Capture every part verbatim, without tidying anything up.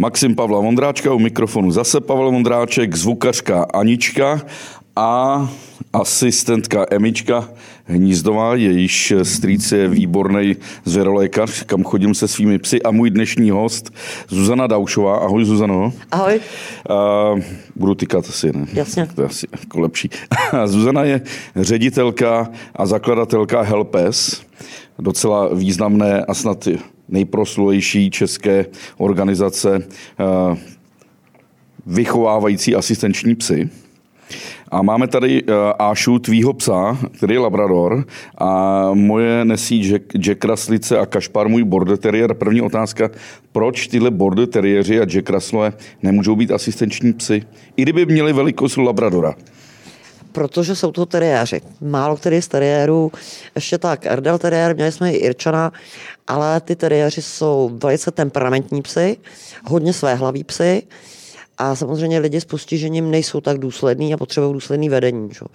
Maxim Pavla Vondráčka, u mikrofonu zase Pavel Vondráček, zvukařka Anička a asistentka Emička Hnízdová, jejíž strýc je výborný zvěrolékař, kam chodím se svými psy, a můj dnešní host Zuzana Daušová. Ahoj, Zuzano. Ahoj. Uh, budu tykat asi, ne? Jasně. To je asi jako lepší. Zuzana je ředitelka a zakladatelka Helpes, docela významné a snad nejproslulejší české organizace uh, vychovávající asistenční psy. A máme tady uh, Ášu, tvýho psa, který je labrador, a moje nesí Jack, Jack Russellice a Kašpar, můj border terrier. První otázka, proč tyhle border terriéři a Jack Russellové nemůžou být asistenční psy, i kdyby měli velikost labradora? Protože jsou to teriéři. Málo který z teriérů, ještě tak, Erdel teriér, měli jsme i Irčana, ale ty teriéři jsou velice temperamentní psy, hodně svéhlaví psy, a samozřejmě lidi s postižením nejsou tak důslední a potřebují důsledný vedení. Čo?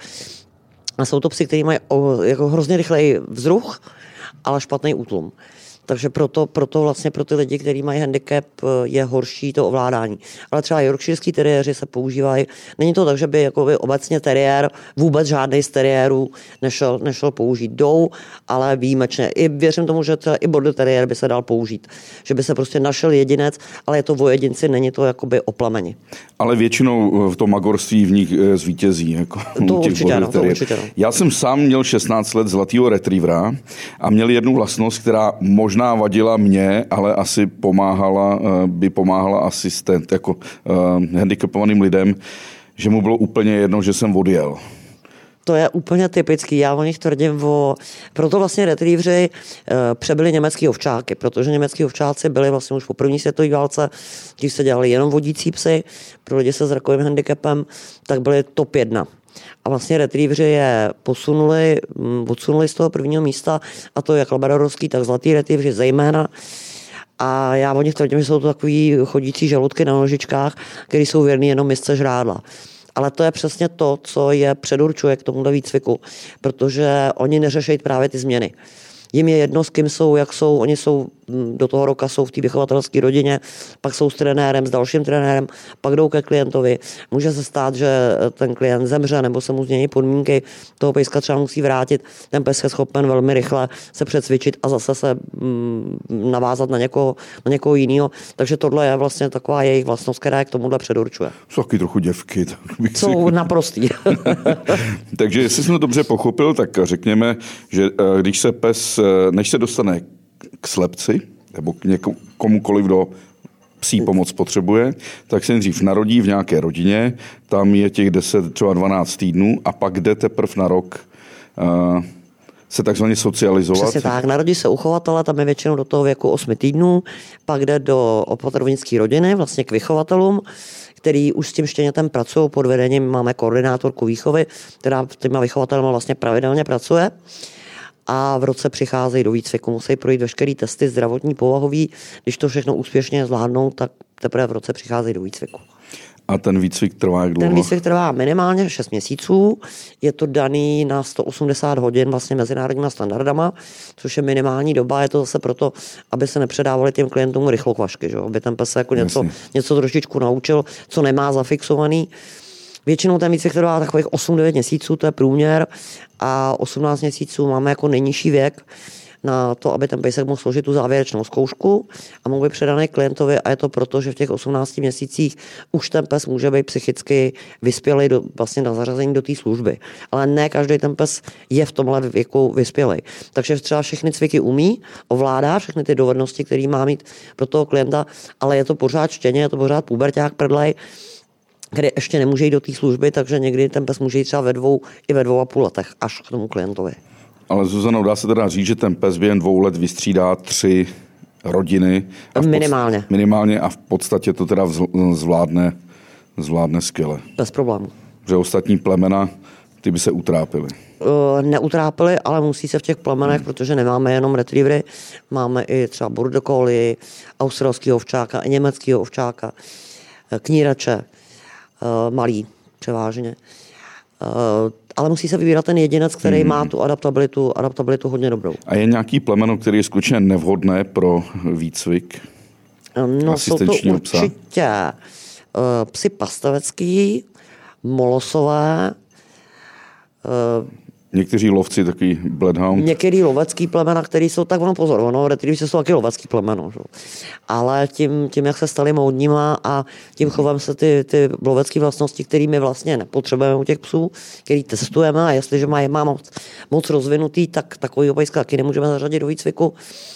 A jsou to psy, kteří mají jako hrozně rychlej vzruch, ale špatný útlum. Takže proto, proto vlastně pro ty lidi, kteří mají handicap, je horší to ovládání. Ale třeba yorkshireský teriéři se používají. Není to tak, že by, jako by obecně teriér, vůbec žádný z teriérů nešel, nešel použít. Jdou, ale výjimečně. I věřím tomu, že třeba i border teriér by se dal použít. Že by se prostě našel jedinec, ale je to o jedinci, není to jakoby o plameni. Ale většinou v tom magorství v nich zvítězí. Jako to, určitě, no, to určitě no. Já jsem sám měl šestnáct let zlatýho retrievera a měl jednu vlastnost, která možná Možná vadila mě, ale asi pomáhala, by pomáhala asistent, jako uh, handicapovaným lidem, že mu bylo úplně jedno, že jsem odjel. To je úplně typický. Já o nich tvrdím, o... proto vlastně retrievři uh, přebyli německý ovčáky, protože německý ovčáci byli vlastně už po první světové válce, když se dělali jenom vodící psy pro lidi se zrakovým handicapem, tak byli top jedna. A vlastně retrievři je posunuli, odsunuli z toho prvního místa, a to jak labradorovský, tak zlatý retrievři zejména. A já o nich tvrdím, že jsou to takový chodící žaludky na nožičkách, které jsou věrný jenom misce žrádla. Ale to je přesně to, co je předurčuje k tomuhle výcviku, protože oni neřeší právě ty změny. Jim je jedno, s kým jsou, jak jsou, oni jsou do toho roka jsou v té vychovatelské rodině, pak jsou s trenérem, s dalším trenérem, pak jdou ke klientovi. Může se stát, že ten klient zemře nebo se mu změní podmínky, toho pejska třeba musí vrátit, ten pes je schopen velmi rychle se přecvičit a zase se mm, navázat na někoho, na někoho jiného. Takže tohle je vlastně taková jejich vlastnost, která je k tomuhle předurčuje. Jsou taky trochu děvky. Tak jsou naprostý. Takže jestli jsem to dobře pochopil, tak řekněme, že když se pes, než se dostane k slepci, nebo k někomu, komukoliv, kdo psí pomoc potřebuje, tak se nejdřív narodí v nějaké rodině, tam je těch deset, třeba dvanáct týdnů, a pak jde teprve na rok uh, se takzvaně socializovat. Přesně tak, narodí se u chovatele, tam je většinou do toho věku osmi týdnů, pak jde do opatrovnické rodiny, vlastně k vychovatelům, který už s tím štěnětem pracují pod vedením, máme koordinátorku výchovy, která s těma vychovatelema vlastně pravidelně pracuje. A v roce přicházejí do výcviku, musí projít veškeré testy zdravotní, povahový. Když to všechno úspěšně zvládnou, tak teprve v roce přicházejí do výcviku. A ten výcvik trvá jak dlouho? Ten výcvik trvá minimálně šest měsíců. Je to daný na sto osmdesát hodin vlastně mezinárodníma standardama, což je minimální doba. Je to zase proto, aby se nepředávali těm klientům rychlokvašky, že? Aby ten pes se jako něco, něco trošičku naučil, co nemá zafixovaný. Většinou ten výcvik trvá takových osm devět měsíců, to je průměr, a osmnáct měsíců máme jako nejnižší věk na to, aby ten pejsek mohl složit tu závěrečnou zkoušku a mohl být předaný klientovi, a je to proto, že v těch osmnácti měsících už ten pes může být psychicky vyspělý do, vlastně na zařazení do té služby. Ale ne každý ten pes je v tomhle věku vyspělý. Takže třeba všechny cviky umí, ovládá všechny ty dovednosti, které má mít pro toho klienta, ale je to pořád štěně, je to pořád puberťák prdlej, který ještě nemůže jít do té služby, takže někdy ten pes může jít třeba ve dvou i ve dvou a půl letech až k tomu klientovi. Ale Zuzano, dá se teda říct, že ten pes během dvou let vystřídá tři rodiny? A minimálně. Podst- minimálně a v podstatě to teda zvládne, zvládne skvěle. Bez problémů. Že ostatní plemena, ty by se utrápily. Uh, neutrápily, ale musí se v těch plemenech, hmm. protože nemáme jenom retrievery, máme i třeba border collie, australského ovčáka, německého ovčáka, knírače, Uh, malý převážně. Uh, ale musí se vybírat ten jedinec, který hmm. má tu adaptabilitu, adaptabilitu hodně dobrou. A je nějaký plemeno, který je skutečně nevhodné pro výcvik? No, jsou to určitě uh, psi pastavecký, molosové, uh, někteří lovci, takový bloodhound. Některý lovecký plemena, který jsou tak, ono pozor, ono, retrievři jsou taky lovecký plemeno. Že? Ale tím, tím, jak se stali módníma a tím chovem se ty, ty lovecké vlastnosti, které my vlastně nepotřebujeme u těch psů, který testujeme a jestliže má je má moc, moc rozvinutý, tak takový pejska taky nemůžeme zařadit do výcviku.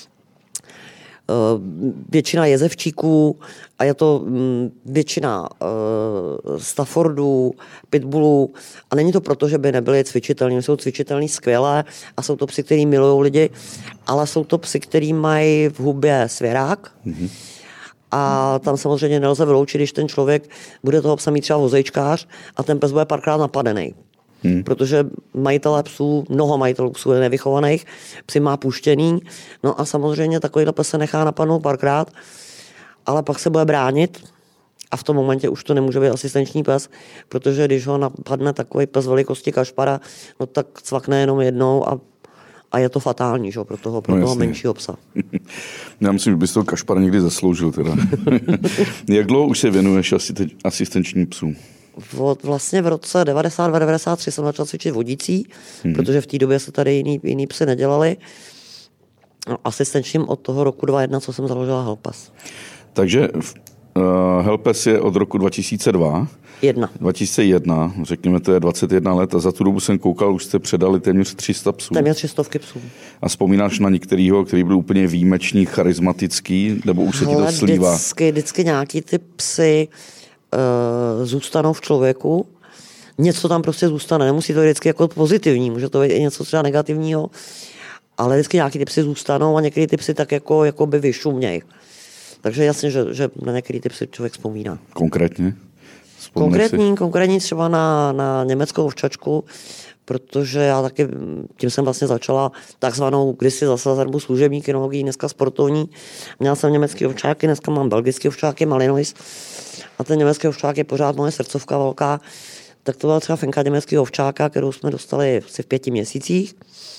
Většina jezevčíků a je to většina uh, Staffordů, Pitbullů a není to proto, že by nebyli cvičitelní, jsou cvičitelní skvělé a jsou to psi, který milují lidi, ale jsou to psi, který mají v hubě svěrák mm-hmm. a tam samozřejmě nelze vyloučit, když ten člověk bude toho psa mít třeba vozejčkář a ten pes bude párkrát napadený. Hmm. Protože majitelé psů, mnoho majitelů psů je nevychovaných, psi má puštěný, no a samozřejmě takovýhle pes se nechá napadnout párkrát, ale pak se bude bránit a v tom momentě už to nemůže být asistenční pes, protože když ho napadne takový pes velikosti kašpara, no tak cvakne jenom jednou a, a je to fatální, že, pro toho, pro no toho menšího psa. Já myslím, že bys toho kašpara někdy zasloužil teda. Jak dlouho už se věnuješ asistenčním psům? Od, vlastně v roce devadesát dva devadesát tři jsem začal cvičit vodící, hmm. protože v té době se tady jiný, jiný psy nedělali. Asistenčním od toho roku dva tisíce jedna, co jsem založila Helpes. Takže uh, Helpes je od roku dva tisíce dva. Jedna. dva tisíce jedna, řekněme, to je dvacet jedna let a za tu dobu jsem koukal, už jste předali téměř tři sta psů. Téměř tři stovky psů. A vzpomínáš na některýho, který byl úplně výjimečný, charismatický, nebo už se ti to slívá? Vždycky, vždycky nějaký ty psy uh, zůstanou v člověku. Něco tam prostě zůstane. Nemusí to být vždycky jako pozitivní, může to být i něco třeba negativního, ale vždycky nějaký ty psy zůstanou a některý ty psy tak jako, jako by vyšumějí. Takže jasně, že, že na některý ty psy člověk vzpomíná. Konkrétně? Konkrétní, konkrétní třeba na, na německou ovčačku, protože já taky, tím jsem vlastně začala takzvanou kdysi zase zarbu služební kinologii, dneska sportovní. Měla jsem německý ovčáky, dneska mám belgický ovčáky, Malinois. A ten německý ovčák je pořád moje srdcovka velká. Tak to byla třeba fenka německého ovčáka, kterou jsme dostali asi v pěti měsících.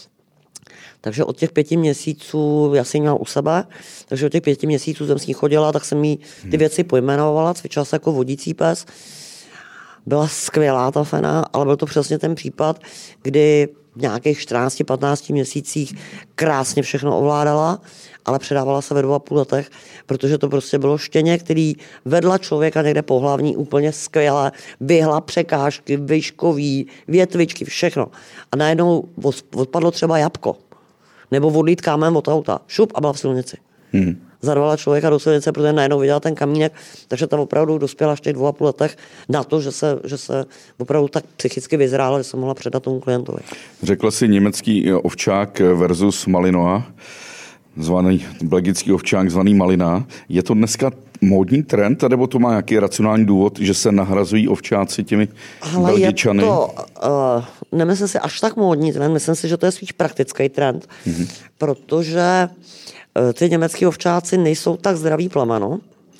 Takže od těch pěti měsíců, já jsem ji měla u sebe, takže od těch pěti měsíců jsem s ní chodila, tak jsem jí ty věci pojmenovala, cvičila se jako vodící pes. Byla skvělá ta fena, ale byl to přesně ten případ, kdy v nějakých čtrnácti patnácti měsících krásně všechno ovládala, ale předávala se ve dvou a půl letech, protože to prostě bylo štěně, který vedla člověka někde po hlavní úplně skvěle, vyhla překážky, výškový, větvičky, všechno. A najednou odpadlo třeba jabko, nebo odlít kámen od auta, šup a byla v silnici. Hmm. Zarvala člověka do silnice, protože najednou viděla ten kamínek, takže tam opravdu dospěla až těch dvou a půl letech na to, že se, že se opravdu tak psychicky vyzrála, že se mohla předat tomu klientovi. Řekla si německý ovčák versus Malinois, zvaný belgický ovčák, zvaný Malina. Je to dneska módní trend, nebo to má nějaký racionální důvod, že se nahrazují ovčáci těmi Ale Belgičany? Je to, uh, nemyslím si až tak módní trend, myslím si, že to je spíš praktický trend, mm-hmm. protože ty německý ovčáci nejsou tak zdravý plemeno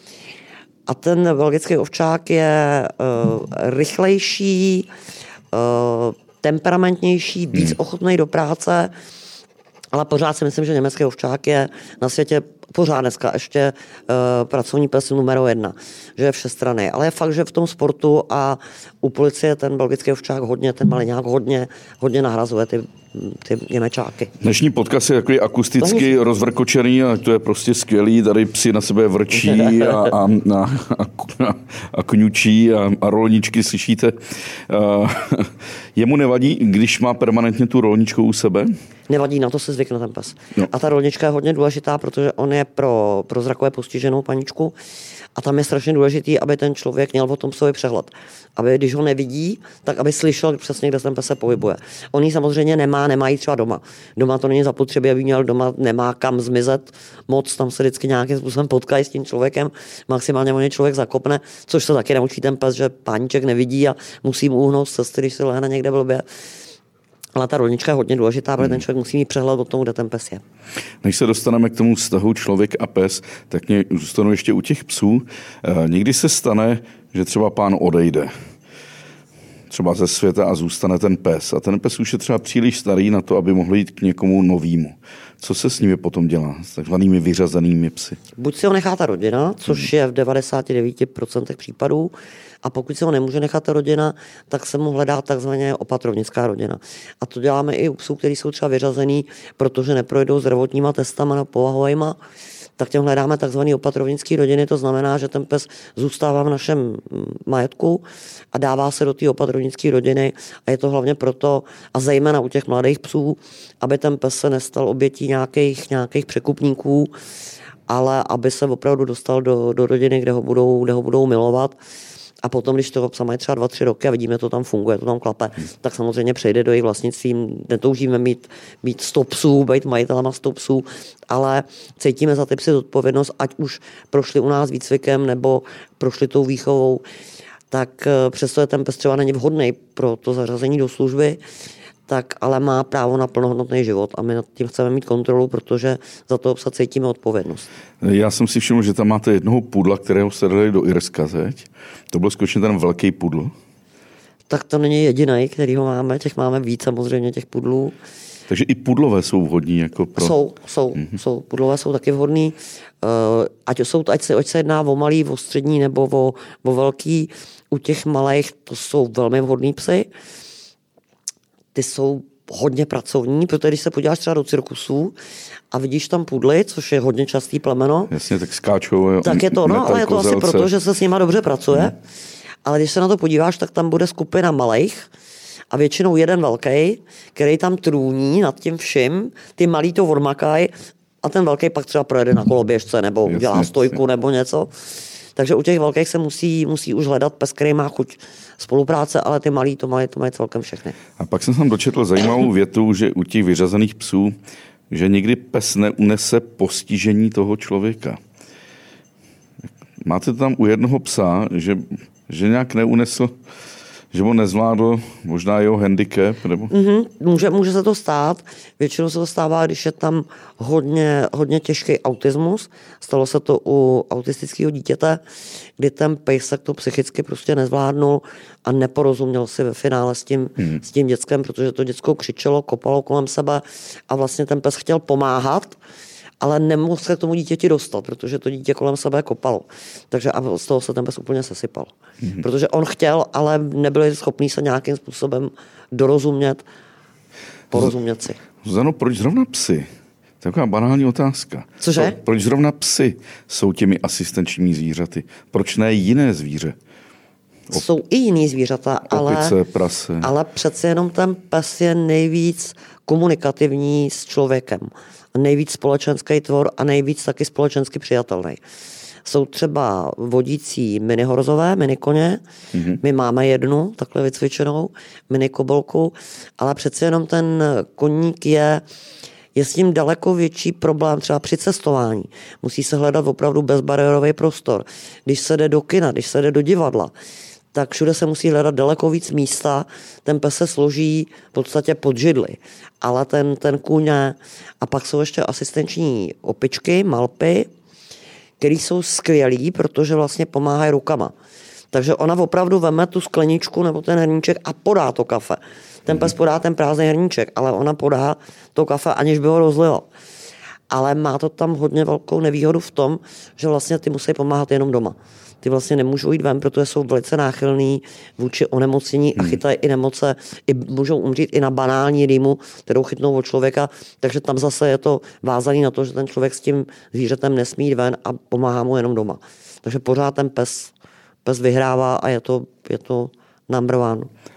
a ten belgický ovčák je uh, rychlejší, uh, temperamentnější, víc hmm. ochotný do práce, ale pořád si myslím, že německý ovčák je na světě pořád dneska ještě uh, pracovní pes numero jedna, že je všestranný. Ale je fakt, že v tom sportu a u policie ten belgický ovčák hodně, ten Maliňák hodně, hodně nahrazuje ty, ty němečáky. Dnešní podcast je takový akusticky rozvrkočený a to je prostě skvělý. Tady psi na sebe vrčí a, a, a, a, a kňučí a, a rolničky slyšíte. Uh, jemu nevadí, když má permanentně tu rolničku u sebe? Nevadí, na to se zvykne ten pes. No. A ta rolnička je hodně důležitá, protože on je pro, pro zrakové postiženou paničku a tam je strašně důležitý, aby ten člověk měl o tom svůj přehled. Aby když ho nevidí, tak aby slyšel přesně, kde ten pes se pohybuje. On ji samozřejmě nemá, nemá ji třeba doma. Doma to není zapotřebí, aby měl doma, nemá kam zmizet moc, tam se vždycky nějakým způsobem potkají s tím člověkem, maximálně on je člověk zakopne, což se taky naučí ten pes, že páníček nevidí a musí mu uhnout z cesty, když se lehne někde blbě. Ale ta rolnička je hodně důležitá, protože ten člověk musí mít přehled o tom, kde ten pes je. Než se dostaneme k tomu vztahu člověk a pes, tak mě zůstanu ještě u těch psů. E, někdy se stane, že třeba pán odejde. třeba ze světa a zůstane ten pes. A ten pes už je třeba příliš starý na to, aby mohl jít k někomu novému. Co se s nimi potom dělá? S takzvanými vyřazenými psy? Buď si ho nechá ta rodina, což hmm. je v devadesát devět procent případů, a pokud se ho nemůže nechat ta rodina, tak se mu hledá takzvaně opatrovnická rodina. A to děláme i u psů, kteří jsou třeba vyřazený, protože neprojdou zdravotníma testama na povahovejma, tak těm hledáme takzvané opatrovnické rodiny, to znamená, že ten pes zůstává v našem majetku a dává se do té opatrovnické rodiny a je to hlavně proto, a zejména u těch mladých psů, aby ten pes se nestal obětí nějakých, nějakých překupníků, ale aby se opravdu dostal do, do rodiny, kde ho budou, kde ho budou milovat. A potom, když toho psa mají třeba dva, tři roky a vidíme, to tam funguje, to tam klape, hmm. tak samozřejmě přejde do jejich vlastnictví. Netoužíme mít, mít sto psů, být majitelama sto psů, ale cítíme za ty psy zodpovědnost, ať už prošli u nás výcvikem nebo prošli tou výchovou, tak přesto je ten pes třeba není vhodný pro to zařazení do služby, tak ale má právo na plnohodnotný život a my nad tím chceme mít kontrolu, protože za toho psa cítíme odpovědnost. Já jsem si všiml, že tam máte jednoho pudla, kterého jste dali do Irska, zeď? To byl skutečně ten velký pudl? Tak to není jediný, který ho máme, těch máme víc samozřejmě, těch pudlů. Takže i pudlové jsou vhodní jako pro... Jsou, jsou, mm-hmm. jsou. Pudlové jsou taky vhodný. Uh, ať, jsou, ať, se, ať se jedná o malý, o střední nebo o, o velký. U těch malých to jsou velmi vhodný psy. Ty jsou hodně pracovní, protože když se podíváš třeba do cirkusů a vidíš tam pudly, což je hodně častý plemeno. Jasně, tak skáčou. Tak je to, no, ale je to asi proto, že se s nima dobře pracuje. Hmm. Ale když se na to podíváš, tak tam bude skupina malých a většinou jeden velký, který tam trůní nad tím vším, ty malí to odmakají a ten velký pak třeba projede na koloběžce nebo jasně, udělá stojku jasně. nebo něco. Takže u těch velkých se musí, musí už hledat pes, který má chuť spolupráce, ale ty malí to mají, to mají celkem všechny. A pak jsem tam dočetl zajímavou větu, že u těch vyřazených psů, že nikdy pes neunese postižení toho člověka. Máte tam u jednoho psa, že, že nějak neunesl, že ho nezvládl možná jeho handicap? Nebo? Mm-hmm, může, může se to stát. Většinou se to stává, když je tam hodně, hodně těžký autismus. Stalo se to u autistického dítěte, kdy ten pejsek to psychicky prostě nezvládnul a neporozuměl si ve finále s tím, mm. s tím dětskem, protože to děcko křičelo, kopalo kolem sebe a vlastně ten pes chtěl pomáhat, ale nemohl se k tomu dítěti dostat, protože to dítě kolem sebe kopalo. Takže a z toho se ten pes úplně sesypal. Mm-hmm. Protože on chtěl, ale nebyli schopní se nějakým způsobem dorozumět, porozumět si. Zuzano, proč zrovna psy? Taková banální otázka. Cože? Pro, proč zrovna psy jsou těmi asistenčními zvířaty? Proč ne jiné zvíře? Op- jsou i jiný zvířata, opice, ale, prase. ale přece jenom ten pes je nejvíc komunikativní s člověkem. Nejvíc společenský tvor a nejvíc taky společensky přijatelný. Jsou třeba vodící minihorzové, minikoně. Mm-hmm. My máme jednu takhle vycvičenou, minikobolku, ale přece jenom ten koník je, je s tím daleko větší problém třeba při cestování. Musí se hledat opravdu bezbariérový prostor. Když se jde do kina, když se jde do divadla, tak všude se musí hledat daleko víc místa, ten pes se složí v podstatě pod židli, ale ten, ten kůň ne. A pak jsou ještě asistenční opičky, malpy, který jsou skvělí, protože vlastně pomáhají rukama. Takže ona opravdu veme tu skleničku nebo ten hrníček a podá to kafe. Ten pes podá ten prázdný hrníček, ale ona podá to kafe, aniž by ho rozlila. Ale má to tam hodně velkou nevýhodu v tom, že vlastně ty musí pomáhat jenom doma. Ty vlastně nemůžou jít ven, protože jsou velice náchylní vůči onemocnění a chytají i nemoce, i můžou umřít i na banální rýmu, kterou chytnou od člověka, takže tam zase je to vázaný na to, že ten člověk s tím zvířetem nesmí jít ven a pomáhá mu jenom doma. Takže pořád ten pes, pes vyhrává a je to, je to number one.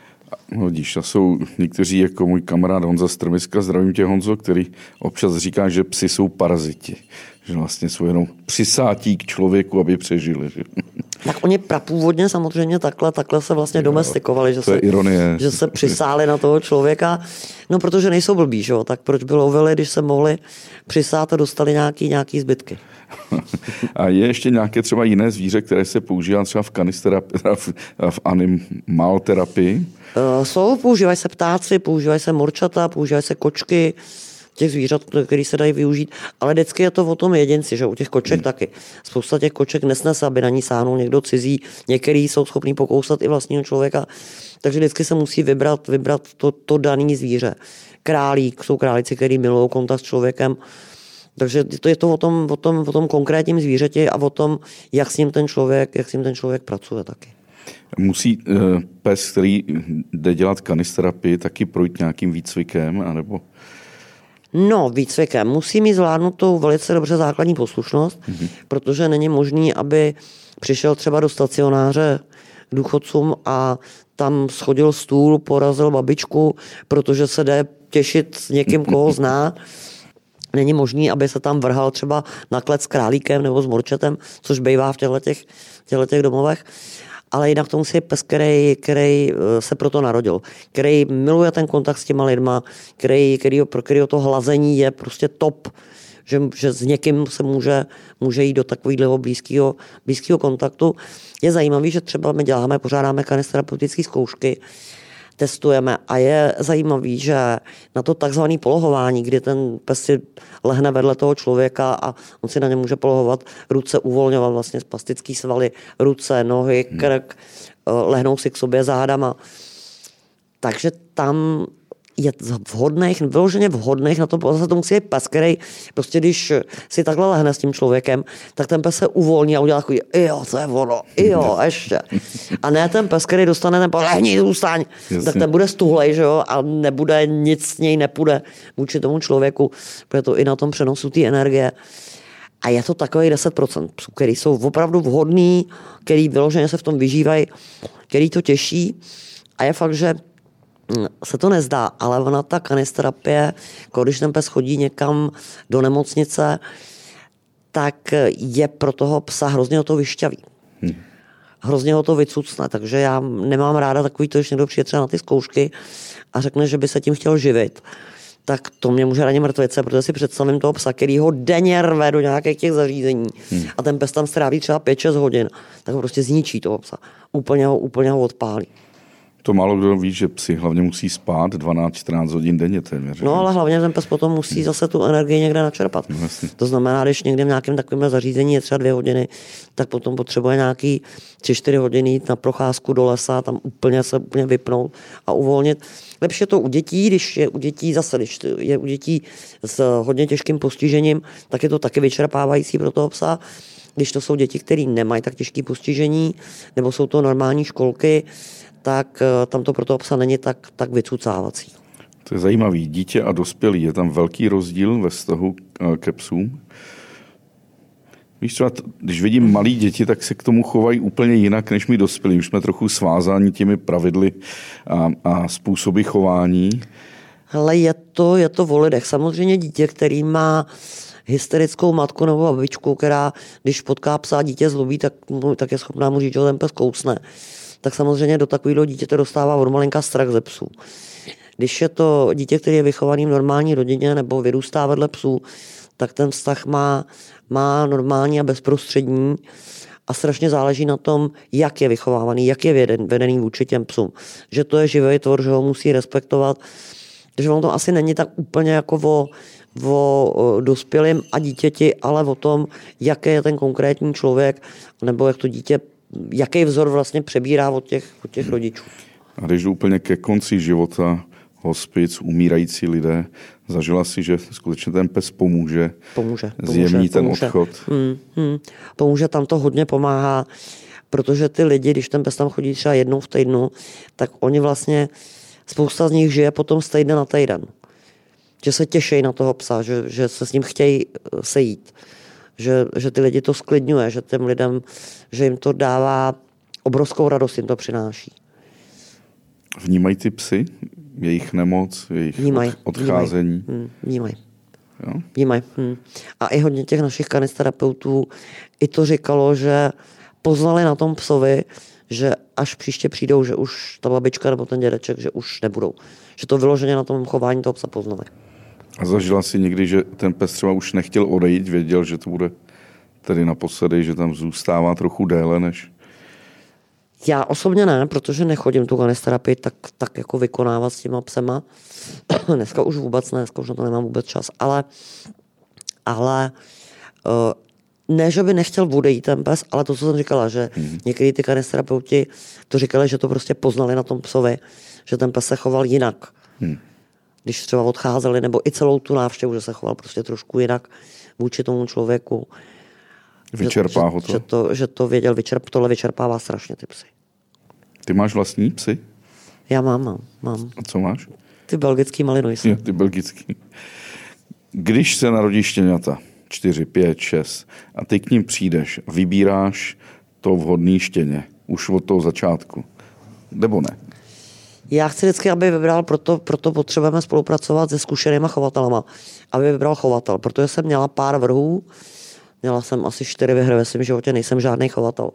No, vidíš, to jsou někteří jako můj kamarád Honza Strmiska, zdravím tě Honzo, který občas říká, že psi jsou paraziti. Že vlastně jsou jenom přisátí k člověku, aby přežili. Že? Tak oni prapůvodně samozřejmě takhle, takhle se vlastně domestikovali, že se, že se přisáli na toho člověka. No, protože nejsou blbí, že jo? Tak proč by lovili, když se mohli přisát a dostali nějaký, nějaký zbytky. A je ještě nějaké třeba jiné zvíře, které se používá třeba v kanisterapii, v, v animal terapii? Uh, jsou, používají se ptáci, používají se morčata, používají se kočky, těch zvířat, který se dají využít, ale vždycky je to o tom jedinci, že u těch koček hmm. taky. Spousta těch koček nesnese, aby na ní sáhnul někdo cizí, některý jsou schopní pokousat i vlastního člověka, takže vždycky se musí vybrat, vybrat to, to daný zvíře. Králík, jsou králíci, který milují kontakt s člověkem, takže to je to o tom, o tom, o tom konkrétním zvířeti a o tom, jak s ním ten člověk, jak s ním ten člověk pracuje taky. Musí uh, pes, který jde dělat kanisterapii, taky projít nějakým výcvikem, anebo? No, výcvikem. Musí mít zvládnutou velice dobře základní poslušnost, mm-hmm. protože není možný, aby přišel třeba do stacionáře k důchodcům a tam schodil stůl, porazil babičku, protože se jde těšit s někým, koho zná. Není možný, aby se tam vrhal třeba na klec s králíkem nebo s morčetem, což bývá v těchto těch domovech. Ale jinak to musí pes, který, který se proto narodil, který miluje ten kontakt s těma lidma, který, který, pro kterého to hlazení je prostě top, že, že s někým se může, může jít do takového blízkého, blízkého kontaktu. Je zajímavý, že třeba my děláme, pořádáme kanisterapeutické zkoušky, testujeme a je zajímavý, že na to takzvané polohování, kdy ten pes si lehne vedle toho člověka a on si na ně může polohovat, ruce uvolňovat vlastně spastický svaly, ruce, nohy, krk, lehnou si k sobě zádama. Takže tam je vhodných, vyloženě vhodných na to, zase to musí být pes, který prostě když si takhle lehne s tím člověkem, tak ten pes se uvolní a udělá takový, jo, to je ono, jo, ještě. A ne ten pes, který dostane ten lehni, zůstaň, tak ten bude stuhlej, že jo, a nebude, nic z něj nepůjde vůči tomu člověku, protože to i na tom přenosu té energie. A je to takový deset procent psů, který jsou opravdu vhodný, který vyloženě se v tom vyžívají, který to těší. A je fakt, že se to nezdá, ale ona ta kanisterapie, když ten pes chodí někam do nemocnice, tak je pro toho psa hrozně ho to vyšťaví. Hmm. Hrozně ho to vycucne, takže já nemám ráda takový to, když někdo přijde třeba na ty zkoušky a řekne, že by se tím chtěl živit, tak to mě může ranit mrtvice, protože si představím toho psa, který ho denně rve do nějakých těch zařízení hmm. a ten pes tam stráví třeba pět šest hodin, tak ho prostě zničí toho psa. Úplně ho, úplně ho odpálí. To málo kdo ví, že psi hlavně musí spát dvanáct čtrnáct hodin denně téměř. No ale hlavně ten pes potom musí zase tu energii někde načerpat. No, to znamená, když někde v nějakém takovém zařízení je třeba dvě hodiny, tak potom potřebuje nějaký tři čtyři hodiny jít na procházku do lesa, tam úplně se úplně vypnout a uvolnit. Lepší je to u dětí, když je u dětí zase, když je u dětí s hodně těžkým postižením, tak je to taky vyčerpávající pro toho psa. Když to jsou děti, které nemají tak těžké postižení, nebo jsou to normální školky, tak tam to pro toho psa není tak, tak vycucávací. To je zajímavý. Dítě a dospělý. Je tam velký rozdíl ve vztahu ke psům? Víš, třeba, když vidím malí děti, tak se k tomu chovají úplně jinak, než my dospělí. Už jsme trochu svázáni těmi pravidly a, a způsoby chování. Hele, je to, je to o lidech. Samozřejmě dítě, který má hysterickou matku nebo babičku, která, když potká psa a dítě zlobí, tak, tak je schopná mu říct, že ten pes kousne. Tak samozřejmě do takového dítěte dostává od malinka strach ze psů. Když je to dítě, které je vychované v normální rodině nebo vyrůstá vedle psů, tak ten vztah má, má normální a bezprostřední a strašně záleží na tom, jak je vychovávaný, jak je veden, vedený vůči těm psům. Že to je živý tvor, že ho musí respektovat. Takže on to asi není tak úplně jako o, o dospělém a dítěti, ale o tom, jaký je ten konkrétní člověk, nebo jak to dítě, jaký vzor vlastně přebírá od těch, od těch rodičů. A když jdu úplně ke konci života, hospic, umírající lidé, zažila si, že skutečně ten pes pomůže, pomůže zjemní ten pomůže. odchod. Hmm, hmm. Pomůže, tam to hodně pomáhá, protože ty lidi, když ten pes tam chodí třeba jednou v týdnu, tak oni vlastně, spousta z nich žije potom z týdne na týden. Že se těší na toho psa, že, že se s ním chtějí sejít. Že, že ty lidi to sklidňuje, že těm lidem, že jim to dává obrovskou radost, jim to přináší. Vnímají ty psy? Jejich nemoc, jejich vnímaj, odcházení? Vnímají. Hmm, vnímají. Hmm. A i hodně těch našich kanisterapeutů i to říkalo, že poznali na tom psovi, že až příště přijdou, že už ta babička nebo ten dědeček, že už nebudou. Že to vyloženě na tom chování toho psa poznali. A zažila si někdy, že ten pes třeba už nechtěl odejít, věděl, že to bude tedy naposledy, že tam zůstává trochu déle než... Já osobně ne, protože nechodím tu kanisterapii tak, tak jako vykonávat s těma psema. Dneska už vůbec ne, dneska už na to nemám vůbec čas, ale, ale uh, ne, že by nechtěl odejít ten pes, ale to, co jsem říkala, že mm. některý ty kanisterapeuti to říkali, že to prostě poznali na tom psovi, že ten pes se choval jinak. Mm. Když třeba odcházeli, nebo i celou tu návštěvu, že se choval prostě trošku jinak vůči tomu člověku. Vyčerpá že, ho to? Že to, že to věděl, vyčerp, tohle vyčerpává strašně ty psy. Ty máš vlastní psy? Já mám, mám. mám. A co máš? Ty belgický malinoisy. Jo, ty belgický. Když se narodí štěňata, čtyři, pět, šest, a ty k ním přijdeš a vybíráš to vhodné štěně, už od toho začátku, nebo ne? Já chci vždycky, aby vybral, proto, proto potřebujeme spolupracovat se zkušenýma chovatelama, aby vybral chovatel, protože jsem měla pár vrhů, měla jsem asi čtyři vyhry ve svém životě, nejsem žádný chovatel.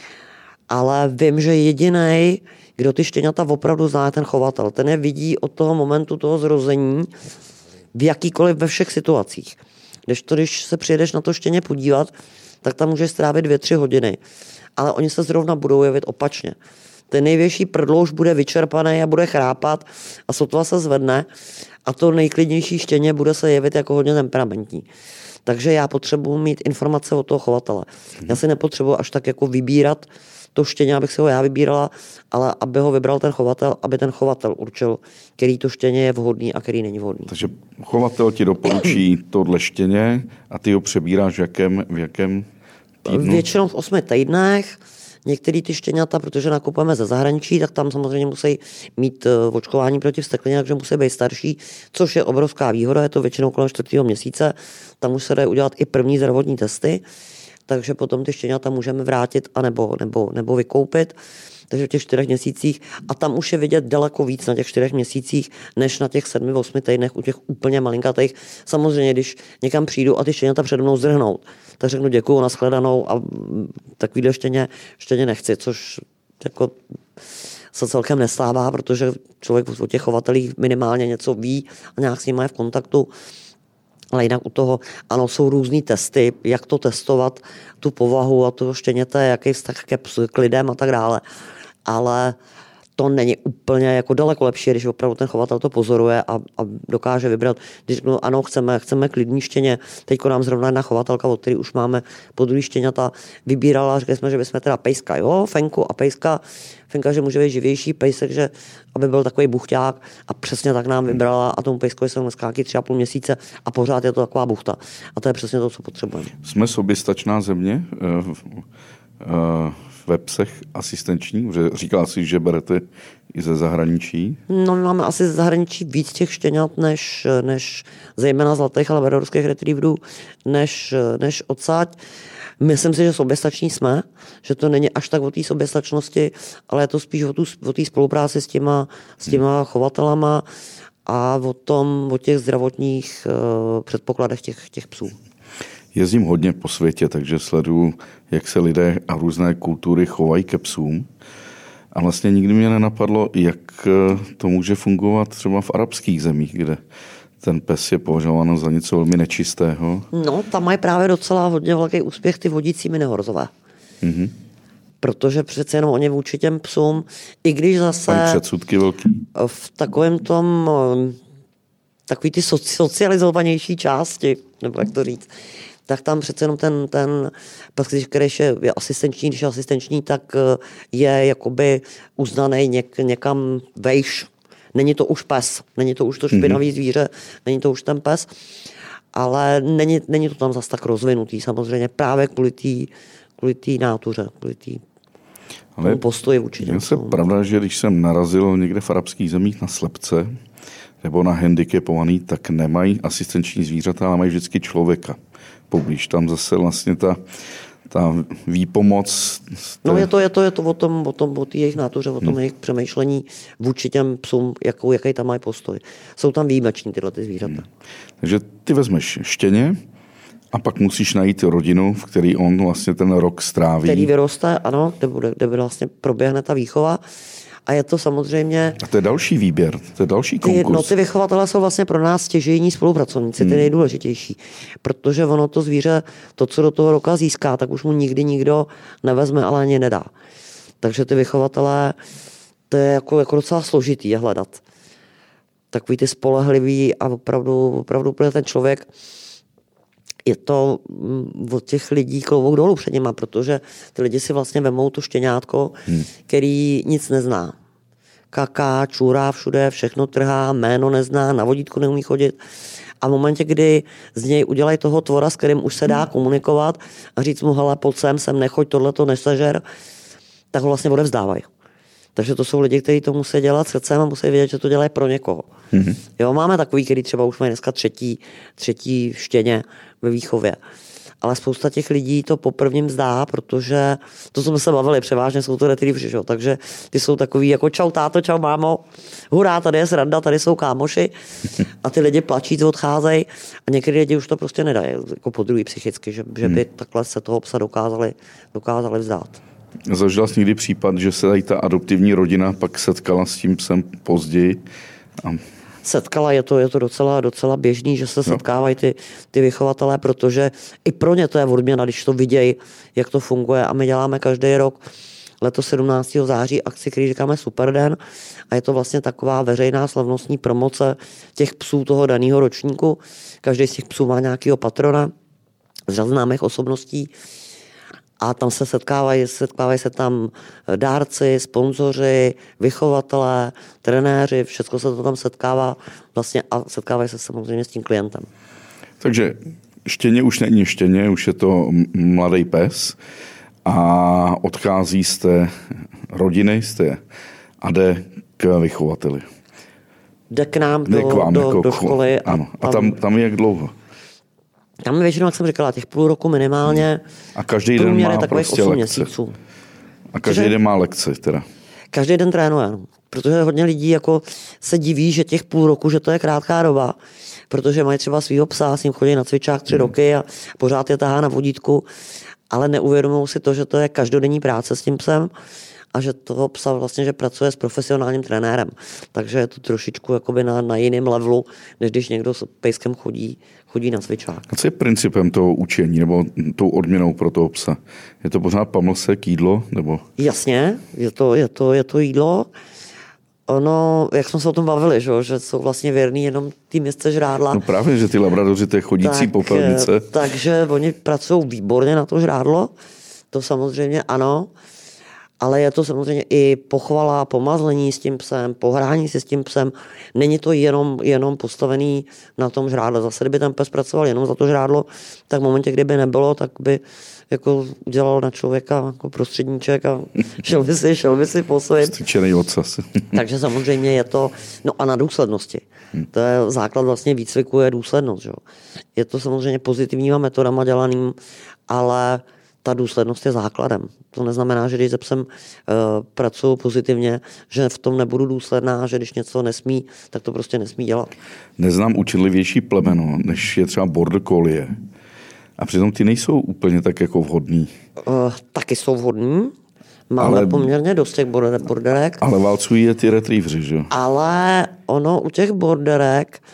Ale vím, že jedinej, kdo ty štěňata opravdu zná, ten chovatel. Ten je vidí od toho momentu toho zrození v jakýkoliv ve všech situacích. Když to, když se přijedeš na to štěně podívat, tak tam můžeš strávit dvě, tři hodiny. Ale oni se zrovna budou jevit opačně. Ten největší prdlouš bude vyčerpaný a bude chrápat a sotva se zvedne a to nejklidnější štěně bude se jevit jako hodně temperamentní. Takže já potřebuji mít informace od toho chovatele. Já si nepotřebuji až tak jako vybírat to štěně, abych si ho já vybírala, ale aby ho vybral ten chovatel, aby ten chovatel určil, který to štěně je vhodný a který není vhodný. Takže chovatel ti doporučí tohle štěně a ty ho přebíráš v jakém, v jakém týdnu? Většinou v osmi týdnech. Některý ty štěňata, protože nakupujeme ze zahraničí, tak tam samozřejmě musí mít očkování proti vzteklině, takže musí být starší, což je obrovská výhoda, je to většinou kolem čtvrtého měsíce, tam už se dají udělat i první zdravotní testy, takže potom ty štěňata můžeme vrátit a nebo, nebo, nebo vykoupit. Takže v těch čtyřech měsících a tam už je vidět daleko víc na těch čtyřech měsících, než na těch sedmi, osmi týdnech u těch úplně malinkatých. Samozřejmě, když někam přijdu a ty štěňata přede mnou zdrhnou, tak řeknu děkuju, nashledanou a takovýhle štěně, štěně nechci, což jako se celkem nestává, protože člověk o těch chovatelích minimálně něco ví a nějak s nimi je v kontaktu. Ale jinak u toho, ano, jsou různý testy, jak to testovat, tu povahu a to štěněte, jaký vztah ke psu, k lidem a tak dále. Ale to není úplně jako daleko lepší, když opravdu ten chovatel to pozoruje a, a dokáže vybrat. Když řeknu, ano, chceme, chceme klidný štěně, teďko nám zrovna jedna chovatelka, od který už máme po druhý štěňata, vybírala, řekli jsme, že bychom teda pejska, jo, Fenku a pejska, Fenka, že může být živější, pejsek, že aby byl takový buchťák a přesně tak nám vybrala a tomu pejskovi jsou dneska nějaký tři a půl měsíce a pořád je to taková buchta. A to je přesně to, co potřebujeme. Jsme soběstačná země ve psech asistenční? Říkala jsi, že berete i ze zahraničí? No, my máme asi ze zahraničí víc těch štěňat, než, než zejména zlatých a labradorských retrieverů, než, než odsaď. Myslím si, že soběstační jsme, že to není až tak o té soběstačnosti, ale je to spíš o, tu, o té spolupráci s těma, s těma chovatelama a o tom, o těch zdravotních uh, předpokladech těch, těch psů. Jezdím hodně po světě, takže sleduju, jak se lidé a různé kultury chovají ke psům. A vlastně nikdy mě nenapadlo, jak to může fungovat třeba v arabských zemích, kde ten pes je považován za něco velmi nečistého. No, tam mají právě docela hodně velký úspěch ty vodící minihorzové. Mm-hmm. Protože přece jenom oni vůči těm psům, i když zase mají předsudky velký. V takovém tom takový ty socializovanější části, nebo jak to říct, tak tam přece jenom ten, ten pes, když je asistenční, když je asistenční, tak je jakoby uznaný něk, někam vejš. Není to už pes, není to už to špinavý mm-hmm. zvíře, není to už ten pes, ale není, není to tam zas tak rozvinutý samozřejmě právě kvůli té kvůli té nátuře, kvůli té postoji vůči těm psům. Je pravda, že když jsem narazil někde v arabských zemích na slepce nebo na handicapovaný, tak nemají asistenční zvířata, ale mají vždycky člověka poblíž. Tam zase vlastně ta, ta výpomoc. Té... No je to, je to, je to o tom, o tom, o té jejich nátuře, o tom hmm. jejich přemýšlení vůči těm psům, jakou, jaký tam mají postoj. Jsou tam výjimeční tyhle ty zvířata. Hmm. Takže ty vezmeš štěně a pak musíš najít rodinu, v který on vlastně ten rok stráví. Který vyroste, ano, kde, bude, kde vlastně proběhne ta výchova. A je to samozřejmě... A to je další výběr, to je další konkurs. Ty, no, ty vychovatelé jsou vlastně pro nás stěžejní spolupracovníci, hmm. ty nejdůležitější. Protože ono to zvíře, to, co do toho roka získá, tak už mu nikdy nikdo nevezme, ale ani nedá. Takže ty vychovatelé, to je jako, jako docela složitý je hledat. Takový ty spolehlivý a opravdu, opravdu úplně ten člověk, je to od těch lidí klobouk dolů před nima, protože ty lidi si vlastně vemou to štěňátko, hmm. který nic nezná. Kaká, čůrá všude, všechno trhá, jméno nezná, na vodítku neumí chodit. A v momentě, kdy z něj udělají toho tvora, s kterým už se dá komunikovat a říct mu, hele, pojď sem, sem nechoď, tohleto nesežer, tak ho vlastně odevzdávají. Takže to jsou lidi, kteří to musí dělat srdcem a musí vědět, že to dělají pro někoho. Mm-hmm. Jo, máme takový, který třeba už mají dneska třetí, třetí štěně ve výchově. Ale spousta těch lidí to poprvním zdá, protože to, co jsme se bavili, převážně jsou to retrievři, že? Takže ty jsou takový jako čau táto, čau mámo, hurá, tady je sranda, tady jsou kámoši a ty lidi plačí, odcházejí a některý lidi už to prostě nedají, jako podruhý psychicky, že, že by takhle se toho psa dokázali, dokázali vzdát. Zažila jsi někdy případ, že se tady ta adoptivní rodina pak setkala s tím psem později? A... Setkala, je to, je to docela, docela běžný, že se setkávají ty, ty vychovatelé, protože i pro ně to je odměna, když to vidějí, jak to funguje. A my děláme každý rok letos sedmnáctého září akci, který říkáme Superden. A je to vlastně taková veřejná slavnostní promoce těch psů toho daného ročníku. Každý z těch psů má nějakého patrona z řad známých osobností. A tam se setkávají, setkávají se tam dárci, sponzoři, vychovatelé, trenéři, všechno se to tam setkává vlastně a setkávají se samozřejmě s tím klientem. Takže štěně už není štěně, už je to mladý pes a odchází z té rodiny, z té a jde k vychovateli. Jde k nám do, jde k vám, do, jako do školy. A, ano. a tam, tam je jak dlouho? Tam většinou, jak jsem říkala, těch půl roku minimálně. A každý den má prostě lekce. Měsíců. A každý Cože? den má lekce teda. Každý den trénuje, protože hodně lidí jako se diví, že těch půl roku, že to je krátká doba, protože mají třeba svýho psa, s ním chodí na cvičák tři hmm. roky a pořád je tahá na vodítku, ale neuvědomují si to, že to je každodenní práce s tím psem a že toho psa vlastně, že pracuje s profesionálním trenérem. Takže je to trošičku jakoby na, na jiném levelu, než když někdo s pejskem chodí, chodí na cvičák. A co je principem toho učení nebo tou odměnou pro toho psa? Je to pořád pamlsek, jídlo? Nebo... Jasně, je to, je, to, je to jídlo. Ono, jak jsme se o tom bavili, že, že jsou vlastně věrný jenom ty městce žrádla. No právě, že ty labradoři, to je chodící tak, popelnice. Takže oni pracují výborně na to žrádlo, to samozřejmě ano, ale je to samozřejmě i pochvala, pomazlení s tím psem, pohrání si s tím psem. Není to jenom, jenom postavený na tom žrádle. Zase, kdyby ten pes pracoval jenom za to žrádlo, tak v momentě, kdyby nebylo, tak by jako udělal na člověka jako prostředníček a šel by si, šel by si po svém. Styčený ocas. Takže samozřejmě je to, no a na důslednosti. To je základ vlastně výcviku, je důslednost. Že? Je to samozřejmě pozitivníma metodama dělaným, ale ta důslednost je základem. To neznamená, že když se psem uh, pracuji pozitivně, že v tom nebudu důsledná, že když něco nesmí, tak to prostě nesmí dělat. Neznám učitlivější plemeno, než je třeba border collie. A přitom ty nejsou úplně tak jako vhodný. Uh, taky jsou vhodný. Máme ale, poměrně dost těch border, borderek. Ale válcují je ty retrievři, že jo? Ale ono u těch borderek,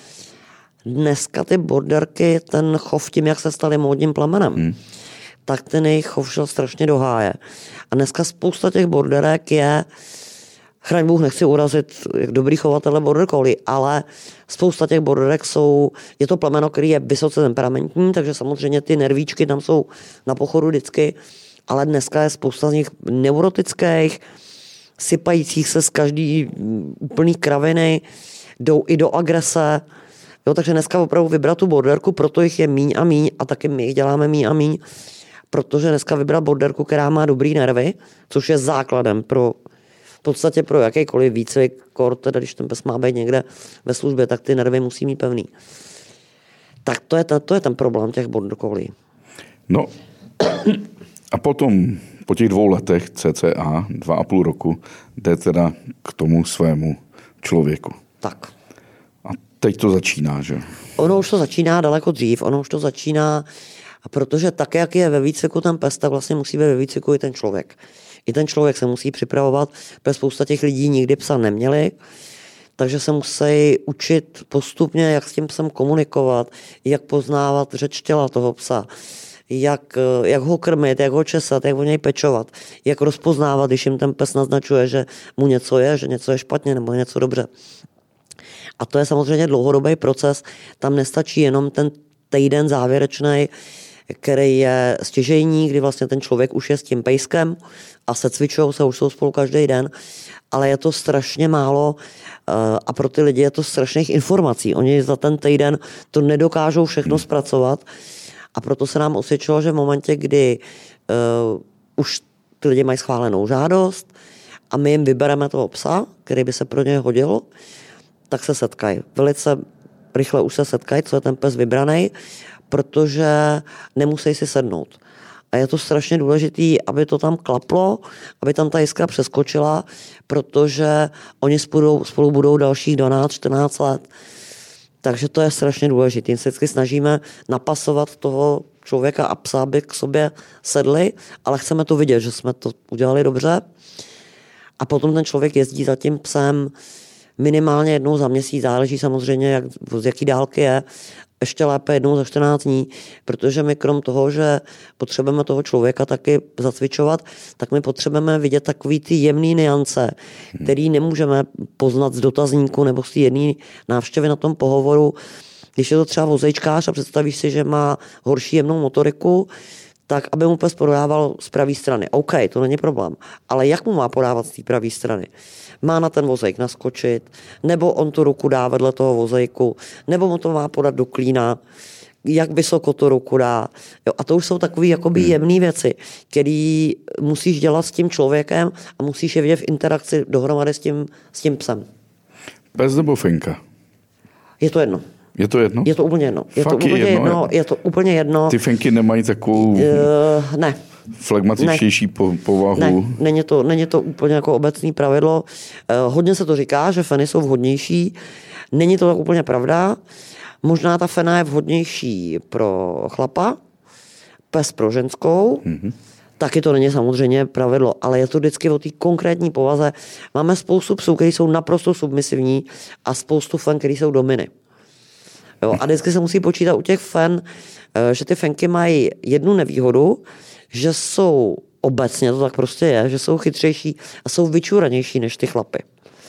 dneska ty borderky, ten chov tím, jak se staly módním plemenem, hmm. tak ten jejich chov šel strašně do háje. A dneska spousta těch borderek je, chraň Bůh, nechci urazit jak dobrý chovatele border collie, ale spousta těch borderek jsou, je to plemeno, který je vysoce temperamentní, takže samozřejmě ty nervíčky tam jsou na pochodu vždycky, ale dneska je spousta z nich neurotických, sypajících se z každý úplný kraviny, jdou i do agrese. Jo, takže dneska opravdu vybrat tu borderku, proto jich je míň a míň a taky my jich děláme míň a míň, protože dneska vybrat borderku, která má dobrý nervy, což je základem pro v podstatě pro jakýkoliv výcvik, kor, teda když ten pes má být někde ve službě, tak ty nervy musí mít pevný. Tak to je, ta, to je ten problém těch border collie. No a potom po těch dvou letech cca, dva a půl roku, jde teda k tomu svému člověku. Tak. A teď to začíná, že? Ono už to začíná daleko dřív, ono už to začíná, protože tak, jak je ve výcviku ten pes, tak vlastně musí být ve výcviku i ten člověk. I ten člověk se musí připravovat, protože spousta těch lidí nikdy psa neměli, takže se musí učit postupně, jak s tím psem komunikovat, jak poznávat řeč těla toho psa, jak, jak ho krmit, jak ho česat, jak o něj pečovat, jak rozpoznávat, když jim ten pes naznačuje, že mu něco je, že něco je špatně nebo něco dobře. A to je samozřejmě dlouhodobý proces, tam nestačí jenom ten týden závěrečný, který je stěžejní, kdy vlastně ten člověk už je s tím pejskem a se cvičou se, už jsou spolu každý den, ale je to strašně málo a pro ty lidi je to strašných informací. Oni za ten týden to nedokážou všechno zpracovat a proto se nám osvědčilo, že v momentě, kdy uh, už ty lidi mají schválenou žádost a my jim vybereme toho psa, který by se pro ně hodil, tak se setkají. Velice rychle už se setkají, co je ten pes vybraný, protože nemusí si sednout. A je to strašně důležitý, aby to tam klaplo, aby tam ta jiskra přeskočila, protože oni spolu, spolu budou dalších dvanáct čtrnáct let. Takže to je strašně důležité. Se vždycky snažíme napasovat toho člověka a psa, aby k sobě sedli, ale chceme to vidět, že jsme to udělali dobře. A potom ten člověk jezdí za tím psem minimálně jednou za měsíc, záleží samozřejmě, jak, z jaký dálky je, ještě lépe jednou za čtrnáct dní, protože my krom toho, že potřebujeme toho člověka taky zacvičovat, tak my potřebujeme vidět takový ty jemný nuance, který nemůžeme poznat z dotazníku nebo z té jedné návštěvy na tom pohovoru. Když je to třeba vozejčkář a představíš si, že má horší jemnou motoriku, tak aby mu pes podával z pravé strany. OK, to není problém. Ale jak mu má podávat z té pravé strany? Má na ten vozejk naskočit, nebo on tu ruku dá vedle toho vozejku, nebo mu to má podat do klína, jak vysoko tu ruku dá. Jo, a to už jsou takové jakoby jemné věci, které musíš dělat s tím člověkem a musíš je vidět v interakci dohromady s tím, s tím psem. Pes nebo finka? Je to jedno. Je to jedno? Je to úplně jedno. Je Fakt to úplně je jedno, jedno, je to úplně jedno. Ty finky nemají takovou uh, ne. flegmatičtější ne. povahu? Ne, není to, není to úplně jako obecný pravidlo. Uh, hodně se to říká, že feny jsou vhodnější. Není to tak úplně pravda. Možná ta fena je vhodnější pro chlapa, pes pro ženskou. Mm-hmm. Taky to není samozřejmě pravidlo, ale je to vždycky o té konkrétní povaze. Máme spoustu psů, který jsou naprosto submisivní a spoustu fen, který jsou dominy. Jo, a vždycky se musí počítat u těch fen, že ty fenky mají jednu nevýhodu, že jsou obecně, to tak prostě je, že jsou chytřejší a jsou vyčuranější než ty chlapy.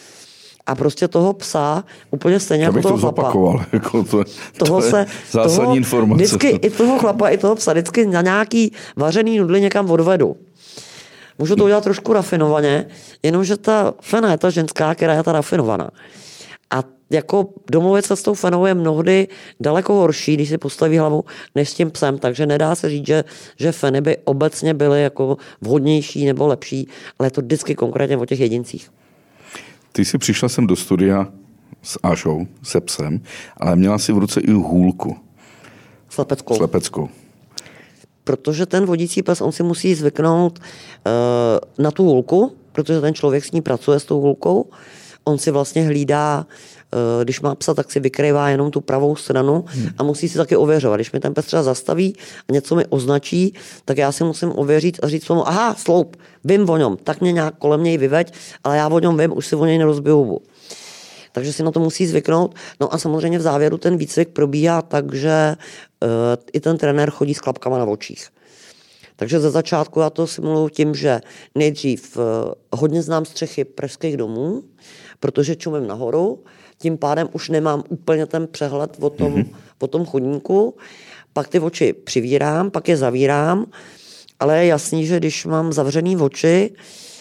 A prostě toho psa, úplně stejně jako toho to chlapa. Zopakoval, jako to, toho to je se, zásadní toho, informace. Vždycky i toho chlapa, i toho psa, vždycky na nějaký vařený nudly někam odvedu. Můžu to udělat trošku rafinovaně, jenomže ta fena je ta ženská, která je ta rafinovaná. A jako domluvit se s tou fenou je mnohdy daleko horší, když si postaví hlavu, než s tím psem, takže nedá se říct, že, že feny by obecně byly jako vhodnější nebo lepší, ale je to vždycky konkrétně o těch jedincích. Ty jsi přišla sem do studia s Ašou, se psem, ale měla si v ruce i hůlku. Slepeckou. Slepeckou. Protože ten vodící pes, on si musí zvyknout uh, na tu hůlku, protože ten člověk s ní pracuje s tou hůlkou. On si vlastně hlídá, uh, když má psa, tak si vykrývá jenom tu pravou stranu hmm. a musí si taky ověřovat. Když mi ten pes třeba zastaví a něco mi označí, tak já si musím ověřit a říct mu, aha, sloup, vím o něm, tak mě nějak kolem něj vyveď, ale já o něm vím, už si o něj nerozbiju hubu. Takže si na to musí zvyknout. No a samozřejmě v závěru ten výcvik probíhá tak, že uh, i ten trenér chodí s klapkama na očích. Takže ze začátku já to simuluju tím, že nejdřív uh, hodně znám střechy pražských domů, protože čumím nahoru, tím pádem už nemám úplně ten přehled o tom, mm-hmm. o tom chodníku, pak ty oči přivírám, pak je zavírám, ale je jasný, že když mám zavřený oči,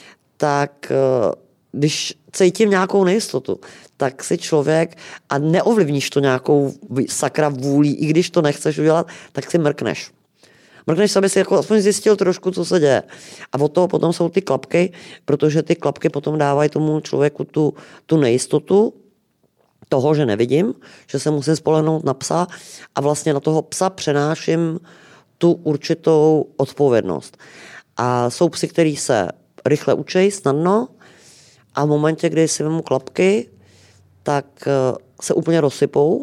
tak uh, když cítím nějakou nejistotu, tak si člověk, a neovlivníš to nějakou sakra vůlí, i když to nechceš udělat, tak si mrkneš. Mrkneš se, aby si jako aspoň zjistil trošku, co se děje. A od toho potom jsou ty klapky, protože ty klapky potom dávají tomu člověku tu, tu nejistotu toho, že nevidím, že se musím spolehnout na psa a vlastně na toho psa přenáším tu určitou odpovědnost. A jsou psy, který se rychle učí, snadno, a v momentě, kdy si vemu klapky, tak se úplně rozsypou.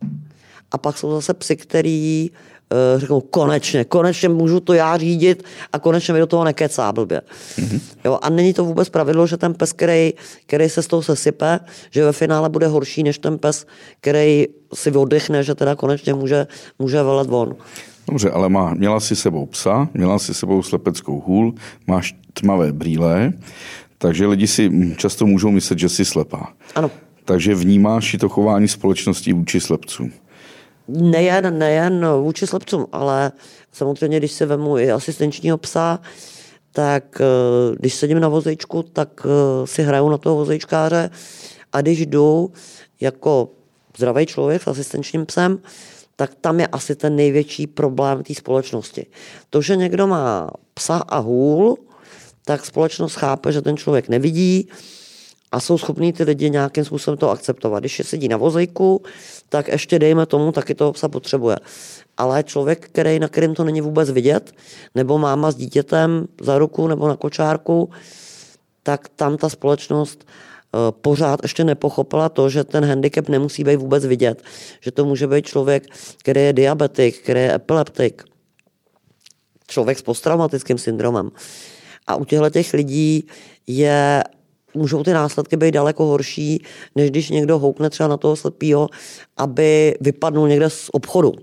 A pak jsou zase psy, který uh, řeknou, konečně, konečně můžu to já řídit a konečně mi do toho nekecá blbě. Mm-hmm. Jo, a není to vůbec pravidlo, že ten pes, který, který se z toho sesype, že ve finále bude horší než ten pes, který si oddechne, že teda konečně může, může velet von. Dobře, ale má, měla si sebou psa, měla si sebou slepeckou hůl, máš tmavé brýle, takže lidi si často můžou myslet, že jsi slepá. Ano. Takže vnímáš i to chování společnosti vůči slepcům. Nejen, nejen vůči slepcům, ale samozřejmě, když se vemu i asistenčního psa, tak když sedím na vozejčku, tak si hraju na toho vozejčkáře a když jdu jako zdravý člověk s asistenčním psem, tak tam je asi ten největší problém té společnosti. To, že někdo má psa a hůl, tak společnost chápe, že ten člověk nevidí a jsou schopní ty lidi nějakým způsobem to akceptovat. Když je sedí na vozejku, tak ještě dejme tomu, taky toho psa potřebuje. Ale člověk, který, na kterým to není vůbec vidět, nebo máma s dítětem za ruku nebo na kočárku, tak tam ta společnost pořád ještě nepochopila to, že ten handicap nemusí být vůbec vidět. Že to může být člověk, který je diabetik, který je epileptik, člověk s posttraumatickým syndromem. A u těchto těch lidí je, můžou ty následky být daleko horší, než když někdo houkne třeba na toho slepýho, aby vypadnul někde z obchodu.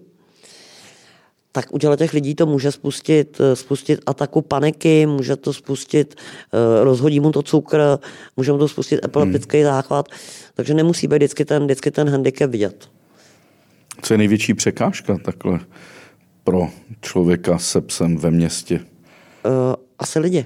Tak u těch lidí to může spustit, spustit ataku paniky, může to spustit, rozhodí mu to cukr, může mu to spustit epileptický hmm. záchvat, takže nemusí být vždycky ten, vždycky ten handicap vidět. Co je největší překážka takhle pro člověka se psem ve městě? Uh, asi lidi.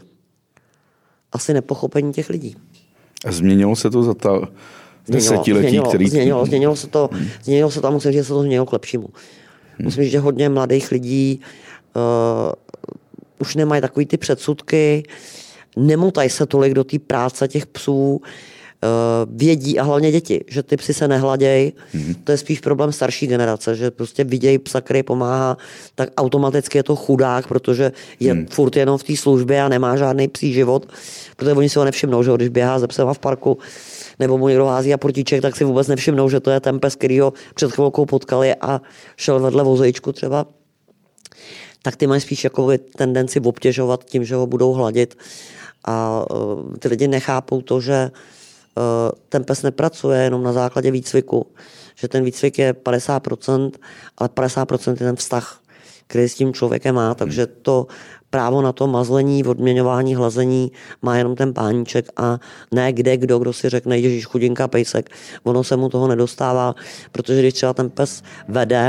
Asi nepochopení těch lidí. A změnilo se to za ta desetiletí, změnilo, který... Změnilo, změnilo se to, hmm. změnilo se to a musím říct, že se to změnilo k lepšímu. Hmm. Myslím, že hodně mladých lidí uh, už nemají takový ty předsudky, nemotají se tolik do té práce těch psů, uh, vědí a hlavně děti, že ty psy se nehladějí. Hmm. To je spíš problém starší generace, že prostě vidějí psa, který pomáhá, tak automaticky je to chudák, protože je hmm. furt jenom v té službě a nemá žádný psí život, protože oni si ho nevšimnou, že když běhá ze psem v parku, nebo mu někdo hází a portíček, tak si vůbec nevšimnou, že to je ten pes, který ho před chvilkou potkali a šel vedle vozejčku třeba. Tak ty mají spíš jako tendenci obtěžovat tím, že ho budou hladit. A uh, ty lidi nechápou to, že uh, ten pes nepracuje jenom na základě výcviku. Že ten výcvik je padesát procent, ale padesát procent je ten vztah, který s tím člověkem má. Takže to právo na to mazlení, odměňování, hlazení má jenom ten páníček a ne kde kdo, kdo si řekne, ježiš, chudinka pejsek, ono se mu toho nedostává, protože když třeba ten pes vede,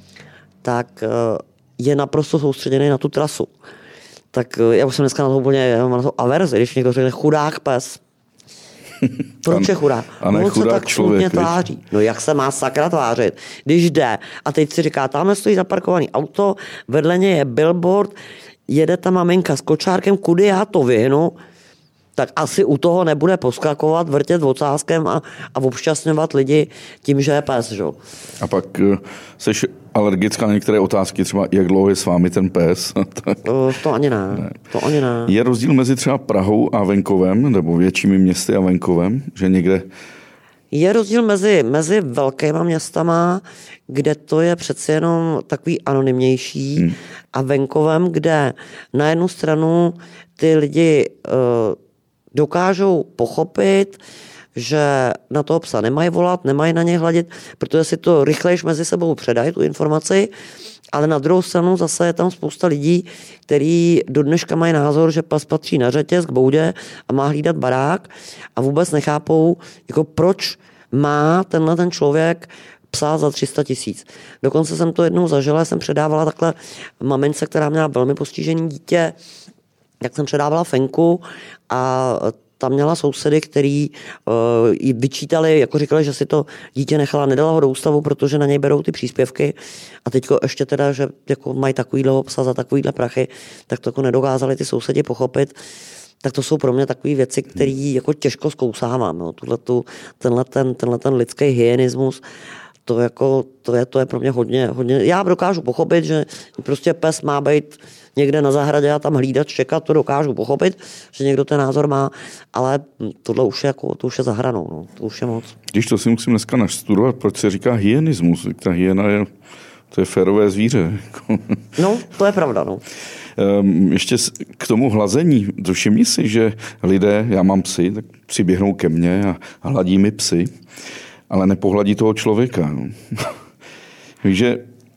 tak je naprosto soustředěný na tu trasu. Tak já už jsem dneska na to úplně na to averzi, když někdo řekne chudák pes. Proč je chudák? A ne on chudák se tak člověk, tváří. No jak se má sakra tvářit? Když jde a teď si říká, tamhle stojí zaparkovaný auto, vedle něj je billboard, jede ta maminka s kočárkem, kudy já to vyhnu, tak asi u toho nebude poskakovat, vrtět ocáskem a, a obšťastňovat lidi tím, že je pes. Že? A pak jsi alergická na některé otázky, třeba jak dlouho je s vámi ten pes? tak... To ani ne. ne. To ani ne. Je rozdíl mezi třeba Prahou a venkovem, nebo většími městy a venkovem, že někde... Je rozdíl mezi, mezi velkýma městama, kde to je přeci jenom takový anonymnější hmm. a venkovem, kde na jednu stranu ty lidi uh, dokážou pochopit, že na toho psa nemají volat, nemají na něj hladit, protože si to rychlejš mezi sebou předají, tu informaci, ale na druhou stranu zase je tam spousta lidí, kteří do dneška mají názor, že pes patří na řetěz k boudě a má hlídat barák a vůbec nechápou, jako proč má tenhle ten člověk psa za tři sta tisíc. Dokonce jsem to jednou zažila, jsem předávala takhle mamince, která měla velmi postižené dítě, jak jsem předávala fenku a tam měla sousedy, který uh, jí vyčítali, jako říkali, že si to dítě nechala, nedala ho do ústavu, protože na něj berou ty příspěvky a teďko ještě teda, že jako mají takovýhle psa za takovýhle prachy, tak to jako nedokázali ty sousedi pochopit. Tak to jsou pro mě takové věci, které jako těžko zkousávám. No. Tuhletu, tenhle, ten, tenhle ten lidský hygienismus, to, jako, to, je, to je pro mě hodně, hodně... Já dokážu pochopit, že prostě pes má být někde na zahradě a tam hlídat, čekat, to dokážu pochopit, že někdo ten názor má, ale tohle už je, jako, to už je za hranou, no. To už je moc. Když to si musím dneska nastudovat, proč se říká hygienismus? Ta hyena je, to je férové zvíře. No, to je pravda, no. Um, ještě k tomu hlazení. To všimni si, že lidé, já mám psy, tak přiběhnou ke mně a, a hladí mi psy, ale nepohladí toho člověka. No. Víš, že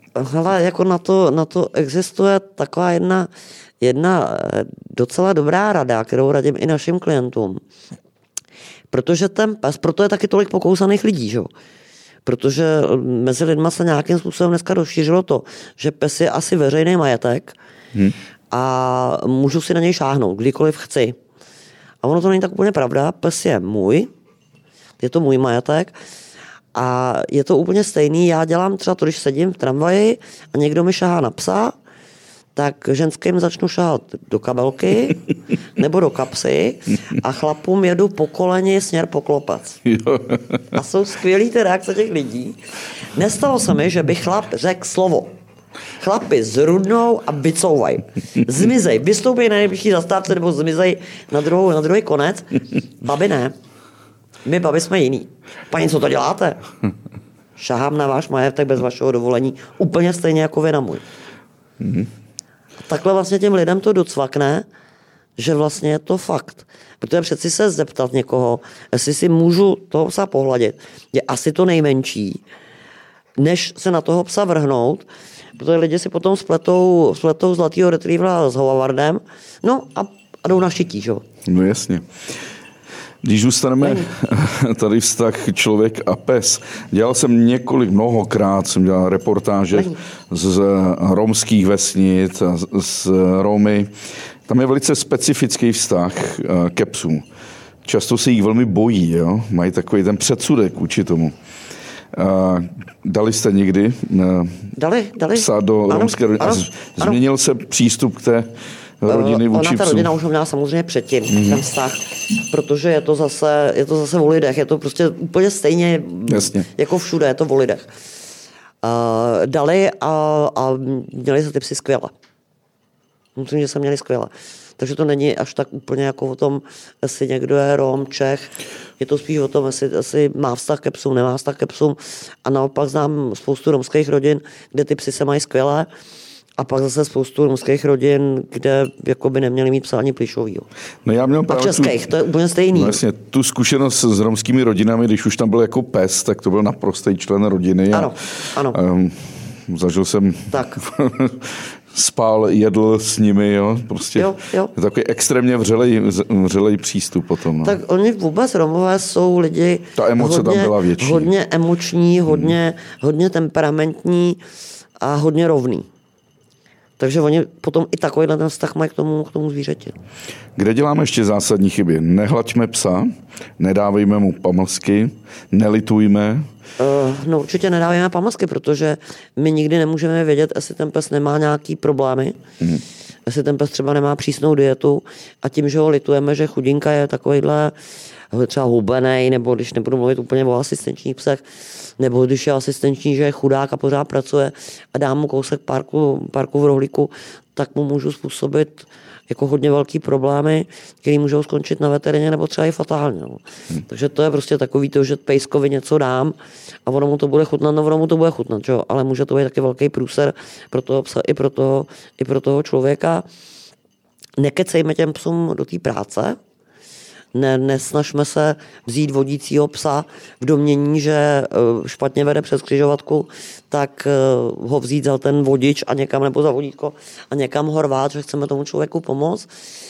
Hele, jako na to, na to existuje taková jedna, jedna docela dobrá rada, kterou radím i našim klientům. Protože ten pes, proto je taky tolik pokousaných lidí, že? Protože mezi lidma se nějakým způsobem dneska rozšířilo to, že pes je asi veřejný majetek hmm. a můžu si na něj šáhnout, kdykoliv chci. A ono to není tak úplně pravda, pes je můj, je to můj majetek a je to úplně stejný. Já dělám třeba to, když sedím v tramvaji a někdo mi šahá na psa, tak ženským začnu šahat do kabelky nebo do kapsy a chlapům jedu po koleni směr poklopec. A jsou skvělý ty reakce těch lidí. Nestalo se mi, že by chlap řekl slovo. Chlapi zrudnou a vycouvaj. Zmizej, vystoupí na nejbližší zastávce nebo zmizej na, druhou, na druhý konec. Babi ne. My babi jsme jiný. Paní, co to děláte? Šahám na váš majetek bez vašeho dovolení. Úplně stejně jako vy na můj. Mm-hmm. Takhle vlastně těm lidem to docvakne, že vlastně je to fakt. Protože přeci se zeptat někoho, jestli si můžu toho psa pohladit, je asi to nejmenší, než se na toho psa vrhnout, protože lidi si potom spletou, spletou zlatýho retrievera s hovavardem, no a, a jdou na šití, že? No jasně. Když zůstaneme tady vztah člověk a pes, dělal jsem několik, mnohokrát jsem dělal reportáže z romských vesnic a z Romy. Tam je velice specifický vztah ke psům. Často se jich velmi bojí, jo? Mají takový ten předsudek vůči tomu. Dali jste někdy dali, dali. psa do ano, romské rodiny? Ano, změnil ano. se přístup k té rodiny vůči Ona ta psům? rodina už ho měla samozřejmě předtím, mm-hmm. ten vztah, protože je to zase, je to zase o lidech, je to prostě úplně stejně Jasně. jako všude, je to o lidech. Uh, dali a, a měli se ty psy skvěle. Myslím, že se měli skvěle. Takže to není až tak úplně jako o tom, jestli někdo je Rom, Čech. Je to spíš o tom, jestli, jestli má vztah ke psům, nemá vztah ke psům. A naopak znám spoustu romských rodin, kde ty psy se mají skvěle. A pak zase spoustu romských rodin, kde jako by neměli mít psa ani plišovýho. No já měl a v českých, tu, to je úplně stejný. No jasně, tu zkušenost s romskými rodinami, když už tam byl jako pes, tak to byl naprostý člen rodiny. Ano, a, ano. Um, zažil jsem... Tak. spál, jedl s nimi, jo, prostě jo, jo. je takový extrémně vřelej, vřelej přístup potom. No. Tak oni vůbec Romové jsou lidi Ta emoce hodně, tam byla větší. hodně emoční, hodně, hmm. hodně temperamentní a hodně rovný. Takže oni potom i takovýhle ten vztah mají k tomu, k tomu zvířeti. Kde děláme ještě zásadní chyby? Nehlaďme psa, nedávejme mu pamlsky, nelitujme. Uh, no určitě nedávejme pamlsky, protože my nikdy nemůžeme vědět, jestli ten pes nemá nějaký problémy, hmm. jestli ten pes třeba nemá přísnou dietu a tím, že ho litujeme, že chudinka je takovýhle třeba hubenej, nebo když nebudu mluvit úplně o asistenčních psech, nebo když je asistenční, že je chudák a pořád pracuje a dám mu kousek parku, parku v rohlíku, tak mu můžu způsobit jako hodně velký problémy, které můžou skončit na veterině nebo třeba i fatálně. No. Hmm. Takže to je prostě takový to, že pejskovi něco dám a ono mu to bude chutnat, no ono mu to bude chutnat, čo? Ale může to být taky velký průser pro toho psa i pro toho, i pro toho člověka. Nekecejme těm psům do té práce, Ne, nesnažme se vzít vodícího psa v domění, že špatně vede přes křižovatku, tak ho vzít za ten vodič a někam, nebo za vodítko a někam ho rvát, že chceme tomu člověku pomoct.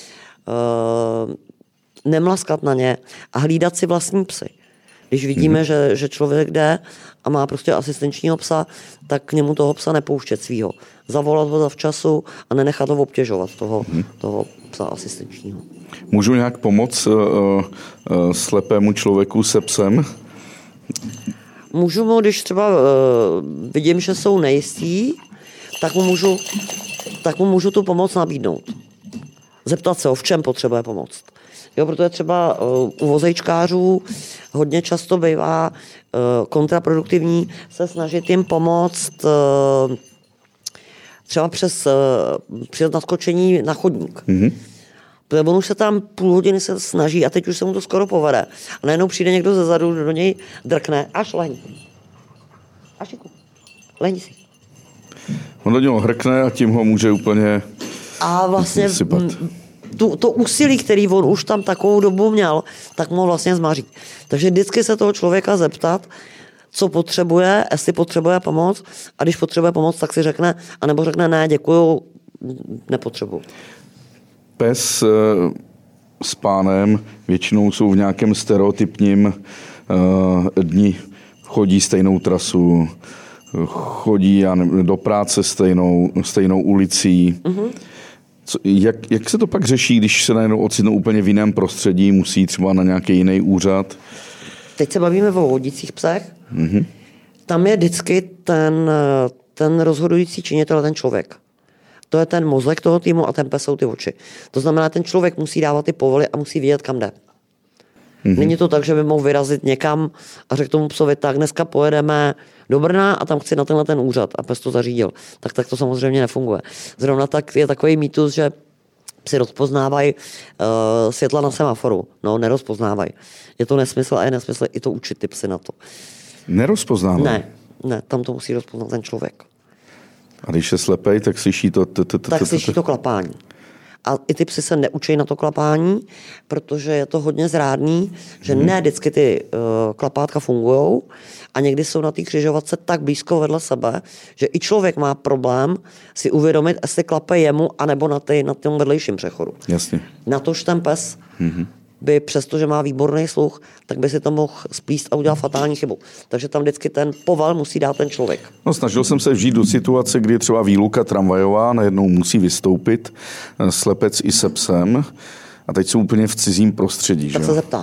Nemlaskat na ně a hlídat si vlastní psy. Když vidíme, mm-hmm. že, že člověk jde a má prostě asistenčního psa, tak k němu toho psa nepouštět svýho. Zavolat ho zavčasu a nenechat ho obtěžovat, toho, mm-hmm. toho psa asistenčního. Můžu nějak pomoct uh, uh, slepému člověku se psem? Můžu mu, když třeba uh, vidím, že jsou nejistí, tak mu můžu, tak mu můžu tu pomoc nabídnout. Zeptat se ho, v čem potřebuje pomoct. Jo, protože třeba uh, u vozejčkářů hodně často bývá uh, kontraproduktivní se snažit jim pomoct uh, třeba přes, uh, přes naskočení na chodník. Mm-hmm. Protože on už se tam půl hodiny se snaží a teď už se mu to skoro povede. A najednou přijde někdo ze zadu, do něj drkne, až lehň. Ašiku, lehni si. On do něho hrkne a tím ho může úplně a vlastně sypat. Tu, to úsilí, který on už tam takovou dobu měl, tak mu vlastně zmaří. Takže vždycky se toho člověka zeptat, co potřebuje, jestli potřebuje pomoc a když potřebuje pomoc, tak si řekne, anebo řekne ne, děkuju, nepotřebuji. Pes s pánem většinou jsou v nějakém stereotypním uh, dni, chodí stejnou trasu, chodí já nevím, do práce stejnou, stejnou ulicí. Mm-hmm. Co, jak, jak se to pak řeší, když se najednou ocitnou úplně v jiném prostředí, musí třeba na nějaký jiný úřad? Teď se bavíme o vodících psech. Mm-hmm. Tam je vždycky ten, ten rozhodující činitel, ten člověk. To je ten mozek toho týmu a ten pes jsou ty oči. To znamená, ten člověk musí dávat ty povoly a musí vědět, kam jde. Mm-hmm. Není to tak, že by mohl vyrazit někam a řekl tomu psovi, tak dneska pojedeme do Brna a tam chci na tenhle ten úřad a pes to zařídil. Tak, tak to samozřejmě nefunguje. Zrovna tak je takový mýtus, že si rozpoznávají uh, světla na semaforu. No, nerozpoznávají. Je to nesmysl a je nesmysl i to učit ty psy na to. Nerozpoznávají? Ne, ne, tam to musí rozpoznat ten člověk. A když je slepej, tak slyší to... Tak slyší to klapání. A i ty psy se neučí na to klapání, protože je to hodně zrádný, že ne vždycky ty uh, klapátka fungujou a někdy jsou na té křižovatce tak blízko vedle sebe, že i člověk má problém si uvědomit, jestli klape jemu, anebo na, ty, na tom vedlejším přechodu. Jasně. Natož ten pes mm-hmm. by přesto, že má výborný sluch, tak by si to mohl splíst a udělat fatální chybu. Takže tam vždycky ten poval musí dát ten člověk. No, snažil jsem se vžít do situace, kdy je třeba výluka tramvajová, najednou musí vystoupit slepec i se psem a teď jsou úplně v cizím prostředí. Tak že? se zeptá.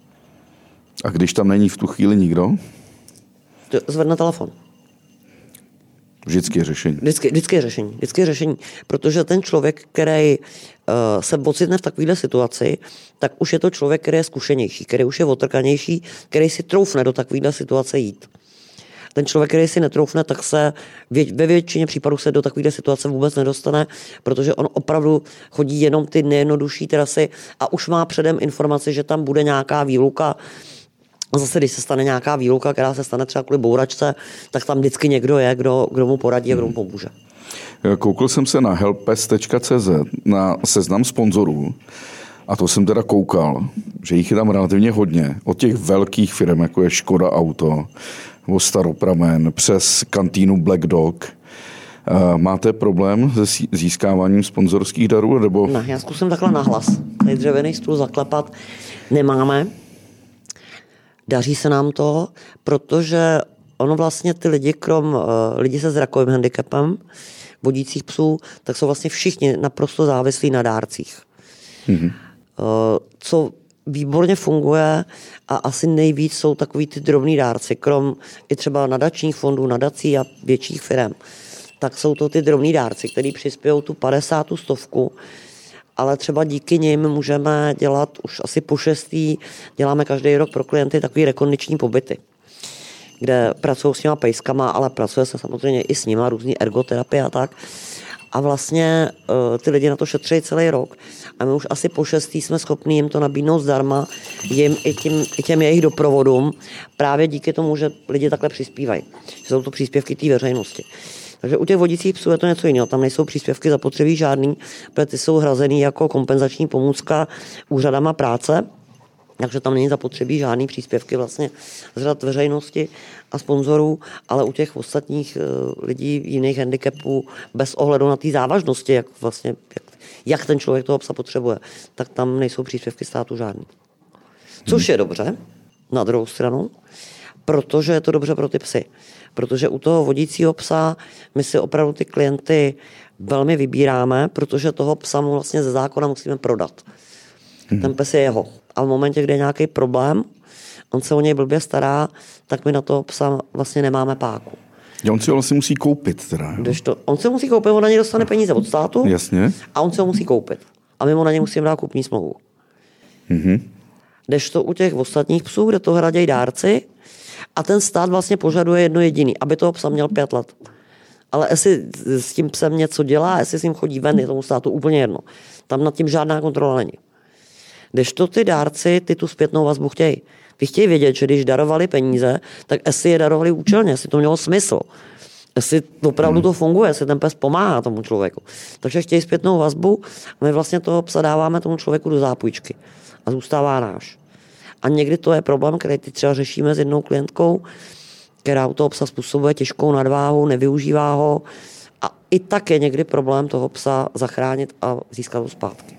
A když tam není v tu chvíli nikdo? Zvedne telefon. Vždycky je řešení. Vždycky, vždycky je řešení. Vždycky je řešení. Protože ten člověk, který uh, se ocitne v takovéhle situaci, tak už je to člověk, který je zkušenější, který už je otrkanější, který si troufne do takovéhle situace jít. Ten člověk, který si netroufne, tak se ve většině případů se do takovéhle situace vůbec nedostane, protože on opravdu chodí jenom ty nejjednodušší trasy a už má předem informaci, že tam bude nějaká výluka. A zase, když se stane nějaká výluka, která se stane třeba kvůli bouračce, tak tam vždycky někdo je, kdo, kdo mu poradí a kdo mu pomůže. Koukl jsem se na helpes tečka cé zet, na seznam sponzorů, a to jsem teda koukal, že jich je tam relativně hodně. Od těch velkých firm, jako je Škoda Auto, nebo Staropramen, přes kantýnu Black Dog. Máte problém se získáváním sponzorských darů? Nebo... Ne, já zkusím takhle nahlas. Tady dřevěný stůl zaklepat nemáme. Daří se nám to, protože ono vlastně ty lidi, krom uh, lidi se zrakovým handicapem, vodících psů, tak jsou vlastně všichni naprosto závislí na dárcích. Mm-hmm. Uh, co výborně funguje a asi nejvíc jsou takový ty drobný dárci, krom i třeba nadačních fondů, nadací a větších firm, tak jsou to ty drobný dárci, který přispějou tu padesátou stovku, ale třeba díky nim můžeme dělat už asi po šestý, děláme každý rok pro klienty takový rekondiční pobyty, kde pracují s těma pejskama, ale pracuje se samozřejmě i s nima, různý ergoterapie a tak. A vlastně uh, ty lidi na to šetří celý rok. A my už asi po šestý jsme schopni jim to nabídnout zdarma, jim i, tím, i těm jejich doprovodům, právě díky tomu, že lidi takhle přispívají. Že jsou to příspěvky té veřejnosti. Takže u těch vodících psů je to něco jiného. Tam nejsou příspěvky zapotřebí žádný, protože ty jsou hrazený jako kompenzační pomůcka úřadama práce, takže tam není zapotřebí žádný příspěvky vlastně z řad veřejnosti a sponzorů, ale u těch ostatních lidí jiných handicapů bez ohledu na té závažnosti, jak vlastně, jak, jak ten člověk toho psa potřebuje, tak tam nejsou příspěvky státu žádný. Což je dobře, na druhou stranu, protože je to dobře pro ty psy. Protože u toho vodícího psa my si opravdu ty klienty velmi vybíráme, protože toho psa mu vlastně ze zákona musíme prodat. Hmm. Ten pes je jeho. A v momentě, kdy je nějaký problém, on se o něj blbě stará, tak my na toho psa vlastně nemáme páku. On si ho vlastně musí koupit teda. To, on si musí koupit, on na něj dostane peníze od státu. Jasně. A on se ho musí koupit. A my mu na něj musíme dát kupní smlouvu. Mm-hmm. Kdežto u těch ostatních psů, kde to hradějí dárci, a ten stát vlastně požaduje jedno jediný, aby toho psa měl pět let. Ale jestli s tím psem něco dělá, jestli s ním chodí ven, je tomu státu úplně jedno. Tam nad tím žádná kontrola není. Kdežto ty dárci, ty tu zpětnou vazbu chtějí. Ty chtějí vědět, že když darovali peníze, tak jestli je darovali účelně, jestli to mělo smysl. Jestli opravdu to funguje, jestli ten pes pomáhá tomu člověku. Takže chtějí zpětnou vazbu a my vlastně toho psa dáváme tomu člověku do zápůjčky. A zůstává náš. A někdy to je problém, který ty třeba řešíme s jednou klientkou, která u toho psa způsobuje těžkou nadváhu, nevyužívá ho a i tak je někdy problém toho psa zachránit a získat ho zpátky.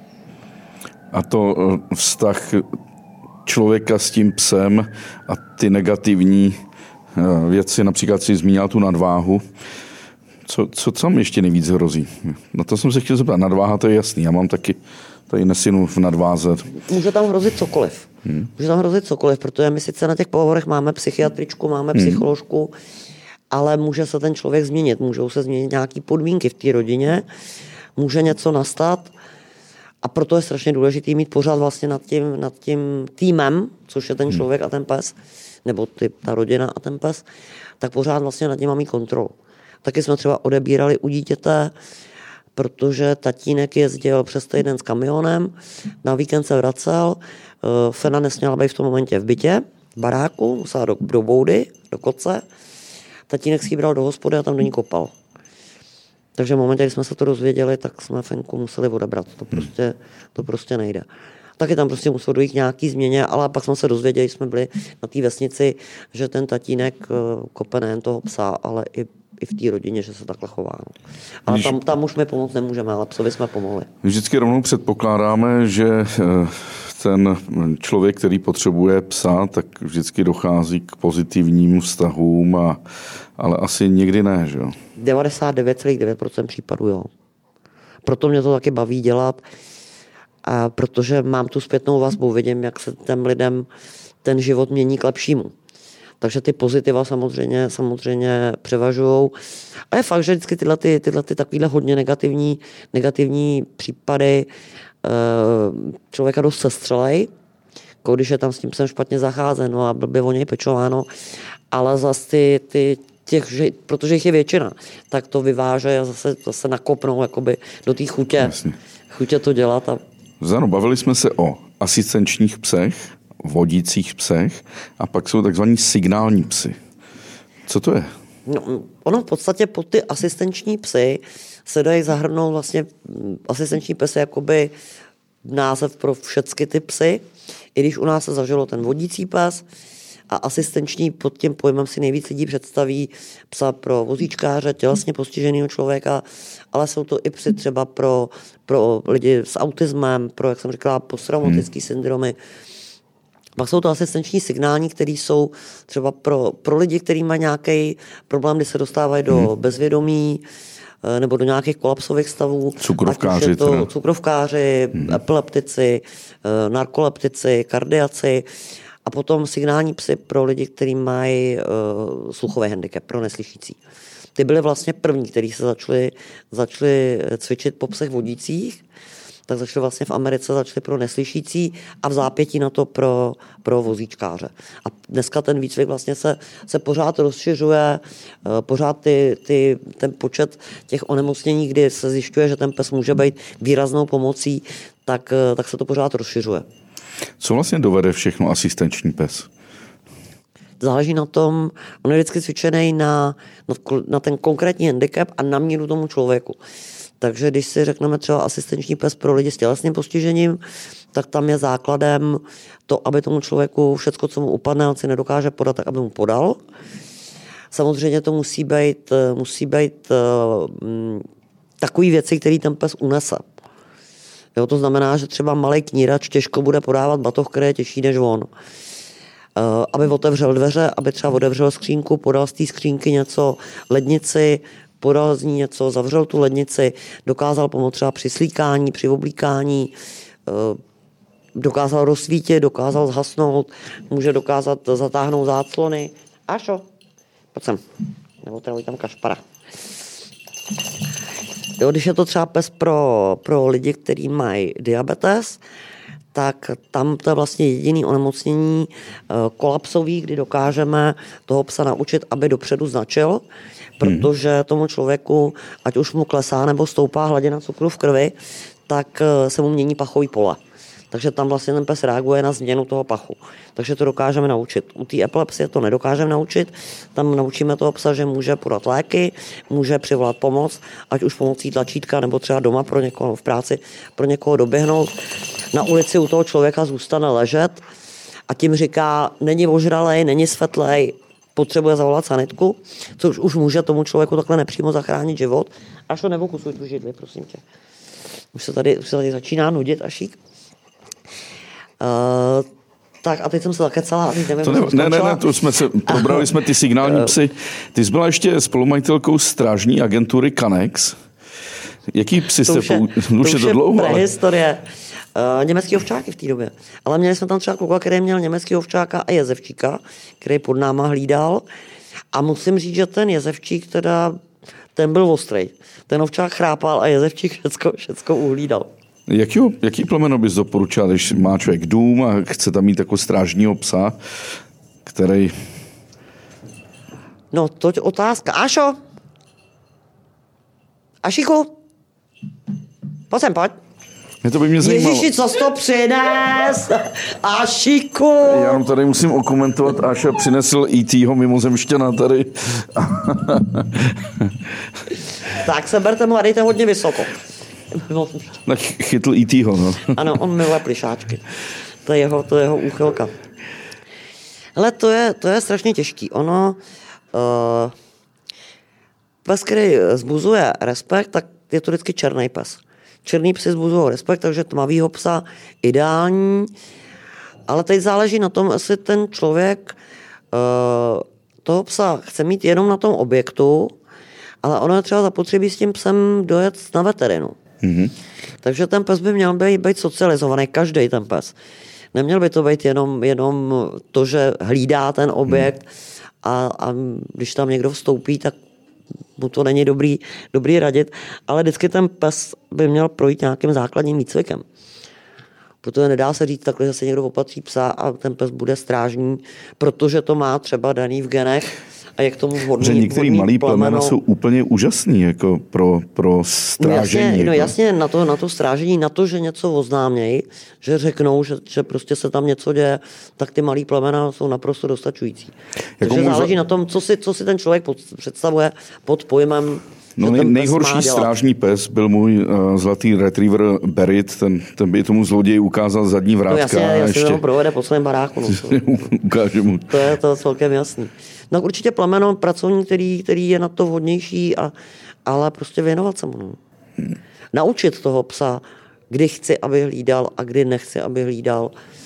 A to vztah člověka s tím psem a ty negativní věci, například si zmínil tu nadváhu, co, co tam ještě nejvíc hrozí? Na to jsem se chtěl zeptat. Nadváha, to je jasný, já mám taky tady nesinu v nadváze. Může tam hrozit cokoliv. Hmm. Může tam hrozit cokoliv, protože my sice na těch pohovorech máme psychiatričku, máme hmm. psycholožku, ale může se ten člověk změnit, můžou se změnit nějaké podmínky v té rodině, může něco nastat a proto je strašně důležité mít pořád vlastně nad tím, nad tím týmem, což je ten člověk a ten pes, nebo ty, ta rodina a ten pes, tak pořád vlastně nad nimi mít kontrolu. Taky jsme třeba odebírali u dítěte, protože tatínek jezdil přes týden s kamionem, na víkend se vracel, Fena nesměla být v tom momentě v bytě, v baráku, musela do, do boudy, do koce, tatínek si ji bral do hospody a tam do ní kopal. Takže v momentě, kdy jsme se to dozvěděli, tak jsme Fenku museli odebrat. To prostě, to prostě nejde. Taky tam prostě muselo dojít k nějaký změně, ale pak jsme se dozvěděli, jsme byli na té vesnici, že ten tatínek kope nejen toho psa, ale i, i v té rodině, že se takhle chová. Ale tam, tam už my pomoct nemůžeme, ale psovi jsme pomohli. Vždycky rovnou předpokládáme, že ten člověk, který potřebuje psa, tak vždycky dochází k pozitivním vztahům, a, ale asi někdy ne, že jo? devadesát devět celá devět procent případů, jo. Proto mě to taky baví dělat, a protože mám tu zpětnou vazbu, vidím, jak se těm lidem ten život mění k lepšímu. Takže ty pozitiva samozřejmě, samozřejmě převažují. A je fakt, že vždycky tyhle, ty, tyhle ty takovýhle hodně negativní, negativní případy člověka dost sestřelej, jako když je tam s tím psem špatně zacházeno a blbě o něj pečováno, ale zase ty, ty těch, že, protože jich je většina, tak to vyváže a zase, zase nakopnou jakoby do té chutě, Jasně. chutě to dělat. A... Zano, bavili jsme se o asistenčních psech, vodících psech a pak jsou takzvaní signální psy. Co to je? No, ono v podstatě pod ty asistenční psy se dají zahrnout vlastně asistenční pes je jakoby název pro všechny ty psy, i když u nás se zažilo ten vodící pes a asistenční pod tím pojmem si nejvíc lidí představí psa pro vozíčkáře, tělesně postiženého člověka, ale jsou to i psy třeba pro, pro lidi s autismem, pro, jak jsem říkala, posttraumatický hmm. syndromy. Pak jsou to asistenční signální, které jsou třeba pro, pro lidi, kteří mají nějaký problém, kdy se dostávají do hmm. bezvědomí, nebo do nějakých kolapsových stavů. Cukrovkáři. To, cukrovkáři, hmm. epileptici, narkoleptici, kardiaci a potom signální psy pro lidi, kteří mají uh, sluchový handicap, pro neslyšící. Ty byly vlastně první, kteří se začali, začali cvičit po psech vodících, tak začali vlastně v Americe začali pro neslyšící a v zápětí na to pro, pro vozíčkáře. A dneska ten výcvik vlastně se, se pořád rozšiřuje, pořád ty, ty, ten počet těch onemocnění, kdy se zjišťuje, že ten pes může být výraznou pomocí, tak, tak se to pořád rozšiřuje. Co vlastně dovede všechno asistenční pes? Záleží na tom, on je vždycky cvičený na, na, na ten konkrétní handicap a na míru tomu člověku. Takže když si řekneme třeba asistenční pes pro lidi s tělesným postižením, tak tam je základem to, aby tomu člověku všecko, co mu upadne, on si nedokáže podat, tak aby mu podal. Samozřejmě to musí být, musí být uh, takový věci, který ten pes unese. Jo, to znamená, že třeba malý knírač těžko bude podávat batoh, který je těžší než on. Uh, aby otevřel dveře, aby třeba otevřel skřínku, podal z té skřínky něco, lednici, podal z ní něco, zavřel tu lednici, dokázal pomoct třeba při slíkání, při oblíkání, dokázal rozsvítit, dokázal zhasnout, může dokázat zatáhnout záclony. Ašo, pojď sem, nebo teda tam kašpara. Jo, když je to třeba pes pro, pro lidi, kteří mají diabetes, tak tam to je vlastně jediný onemocnění kolapsový, kdy dokážeme toho psa naučit, aby dopředu značil, protože tomu člověku, ať už mu klesá nebo stoupá hladina cukru v krvi, tak se mu mění pachový pole. Takže tam vlastně ten pes reaguje na změnu toho pachu. Takže to dokážeme naučit. U té epilepsie to nedokážeme naučit. Tam naučíme toho psa, že může podat léky, může přivolat pomoc, ať už pomocí tlačítka nebo třeba doma pro někoho v práci, pro někoho doběhnout. Na ulici u toho člověka zůstane ležet a tím říká, není ožralej, není svetlej, potřebuje zavolat sanitku, což už může tomu člověku takhle nepřímo zachránit život. Až to nevokusuj tu židli, prosím tě. Už se tady, už se tady začíná nudit, Ašík. Uh, tak a teď jsem se zakecala. A teď nevím, to ne, ne, ne, ne, to jsme se, probrali jsme ty signální psy. Ty jsi byla ještě spolumajitelkou strážní agentury Canex. Jaký psy jste použili? Už je to dlouho, ale... prehistorie. Uh, německý ovčáky v té době. Ale měli jsme tam třeba kluka, který měl německý ovčáka a jezevčíka, který pod náma hlídal. A musím říct, že ten jezevčík teda, ten byl ostrej. Ten ovčák chrápal a jezevčík všecko, všecko uhlídal. Jaký, jaký plemeno bys doporučil, když má člověk dům a chce tam mít jako strážního psa, který... No, toť otázka. Ašo? Ašíku? Pojď sem, pojď. Mě to by mě zajímalo. Ježiši, co jsi to přines? Ašíku! Já jenom tady musím okomentovat, Aša přinesl í té-ho mimozemšťana tady. Tak se berte mu a dejte hodně vysoko. Tak chytl í té-ho, no. Ano, on miluje plišáčky. To je jeho, to je jeho úchylka. Ale to je, to je strašně těžký. Ono, uh, pes, který zbuzuje respekt, tak je to vždycky černý pes. Černý psy zbuzují respekt, takže tmavýho psa ideální. Ale teď záleží na tom, jestli ten člověk uh, toho psa chce mít jenom na tom objektu, ale ono je třeba zapotřebí s tím psem dojet na veterinu. Mm-hmm. Takže ten pes by měl být, být socializovaný, každý ten pes. Neměl by to být jenom, jenom to, že hlídá ten objekt a, a když tam někdo vstoupí, tak mu to není dobrý, dobrý radit, ale vždycky ten pes by měl projít nějakým základním výcvikem. Protože nedá se říct takhle, že se někdo opatří psa a ten pes bude strážní, protože to má třeba daný v genech a je k tomu vhodný. Že některý malý plemena jsou úplně úžasný jako pro, pro strážení. No jasně, no jako. jasně na, to, na to strážení, na to, že něco oznámějí, že řeknou, že, že prostě se tam něco děje, tak ty malý plemena jsou naprosto dostačující. Jako Takže záleží za... na tom, co si, co si ten člověk pod, představuje pod pojmem. No nej, nejhorší strážní pes byl můj uh, zlatý retriever Berit, ten, ten by tomu zloději ukázal zadní vrátka. No jasně, jasně ještě... ho provede po svém baráku. No, to, ukáže mu. To je to celkem jasný. No určitě plemeno, pracovník, který, který je na to vhodnější, a, ale prostě věnovat se mu. No. Hmm. Naučit toho psa, kdy chci, aby hlídal a kdy nechci, aby hlídal.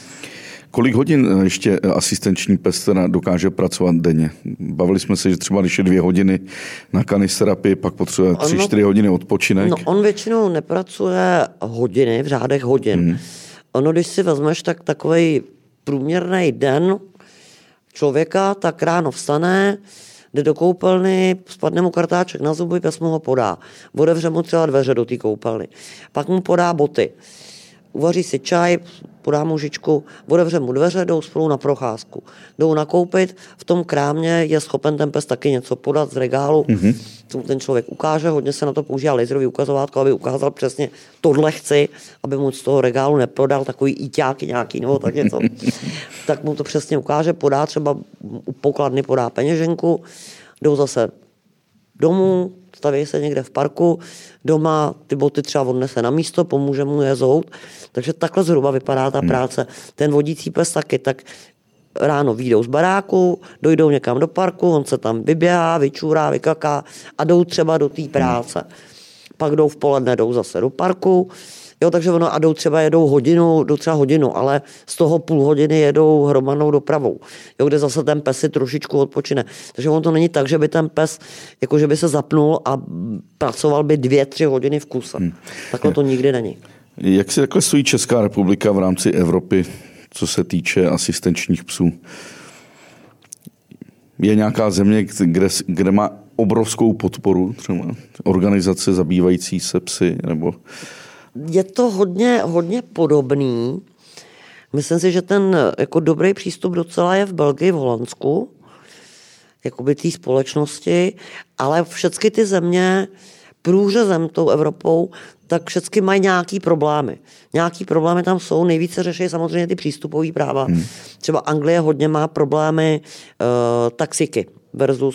Kolik hodin ještě asistenční pes teda dokáže pracovat denně? Bavili jsme se, že třeba když je dvě hodiny na kanisterapii, pak potřebuje tři, čtyři hodiny odpočinek. No on většinou nepracuje hodiny, v řádech hodin. Hmm. Ono, když si vezmeš, tak takovej průměrný den člověka, tak ráno vstane, jde do koupelny, spadne mu kartáček na zuby, pes mu ho podá. Otevře mu třeba dveře do té koupelny. Pak mu podá boty. Uvaří si čaj, podá mu žičku, otevře mu dveře, jdou spolu na procházku. Jdou nakoupit, v tom krámě je schopen ten pes taky něco podat z regálu, mm-hmm. co mu ten člověk ukáže, hodně se na to používá laserový ukazovátko, aby ukázal přesně tohle chci, aby mu z toho regálu neprodal takový íťáky nějaký nebo tak něco. Tak mu to přesně ukáže, podá třeba u pokladny, podá peněženku, jdou zase domů, staví se někde v parku, doma ty boty třeba odnese na místo, pomůže mu je zout. Takže takhle zhruba vypadá ta práce. Ten vodící pes taky, tak ráno vyjdou z baráku, dojdou někam do parku, on se tam vyběhá, vyčůrá, vykaká a jdou třeba do té práce. Pak jdou v poledne, jdou zase do parku, jo, takže ono a jdou třeba jedou hodinu, jdou třeba hodinu, ale z toho půl hodiny jedou hromadnou dopravou, jo, kde zase ten pes si trošičku odpočine. Takže ono to není tak, že by ten pes, jako že by se zapnul a pracoval by dvě, tři hodiny v kuse. Hmm. Takhle to nikdy není. Jak si takhle stojí Česká republika v rámci Evropy, co se týče asistenčních psů? Je nějaká země, kde, kde má obrovskou podporu, třeba organizace zabývající se psy, nebo... Je to hodně, hodně podobný. Myslím si, že ten jako dobrý přístup docela je v Belgii, v Holandsku, jakoby té společnosti, ale všechny ty země průřezem tou Evropou, tak všechny mají nějaký problémy. Nějaký problémy tam jsou, nejvíce řeší samozřejmě ty přístupové práva. Hmm. Třeba Anglie hodně má problémy uh, taxiky versus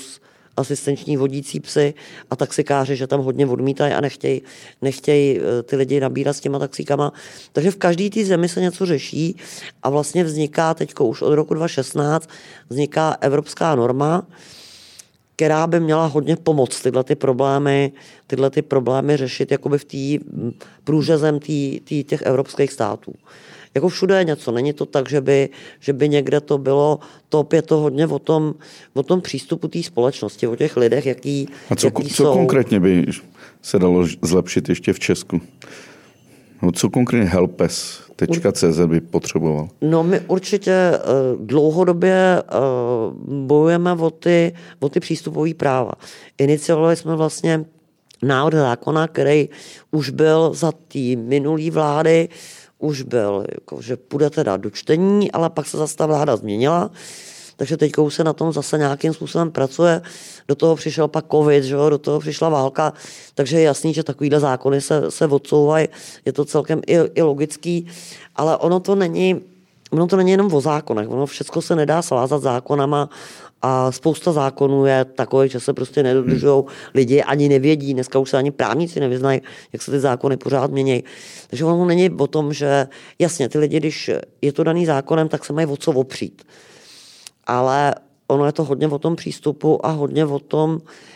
asistenční vodící psy a taxikáři, že tam hodně odmítají a nechtějí nechtěj ty lidi nabírat s těma taxíkama. Takže v každé té zemi se něco řeší a vlastně vzniká teď už od roku dva tisíce šestnáct vzniká evropská norma, která by měla hodně pomoct tyhle ty problémy, tyhle ty problémy řešit jakoby v té průřezem tý, tý, těch evropských států. Jako všude je něco, není to tak, že by, že by někde to bylo, top je to hodně o tom, o tom přístupu té společnosti, o těch lidech, jaký, A co, jaký co jsou. konkrétně by se dalo zlepšit ještě v Česku? No, co konkrétně helpes tečka cé zet by potřeboval? No my určitě uh, dlouhodobě uh, bojujeme o ty, o ty přístupové práva. Iniciovali jsme vlastně návrh zákona, který už byl za té minulý vlády, už byl, jako, že půjde teda do čtení, ale pak se zase ta vláda změnila, takže teď už se na tom zase nějakým způsobem pracuje. Do toho přišel pak covid, že jo? Do toho přišla válka, takže je jasný, že takovýhle zákony se, se odsouvají, je to celkem i, i logický, ale ono to není, ono to není jenom o zákonech, ono všechno se nedá svázat zákonama a spousta zákonů je takových, že se prostě nedodržují, lidi ani nevědí, dneska už se ani právníci nevyznají, jak se ty zákony pořád mění. Takže ono není o tom, že jasně, ty lidi, když je to daný zákonem, tak se mají o co opřít. Ale ono je to hodně o tom přístupu a hodně o tom uh,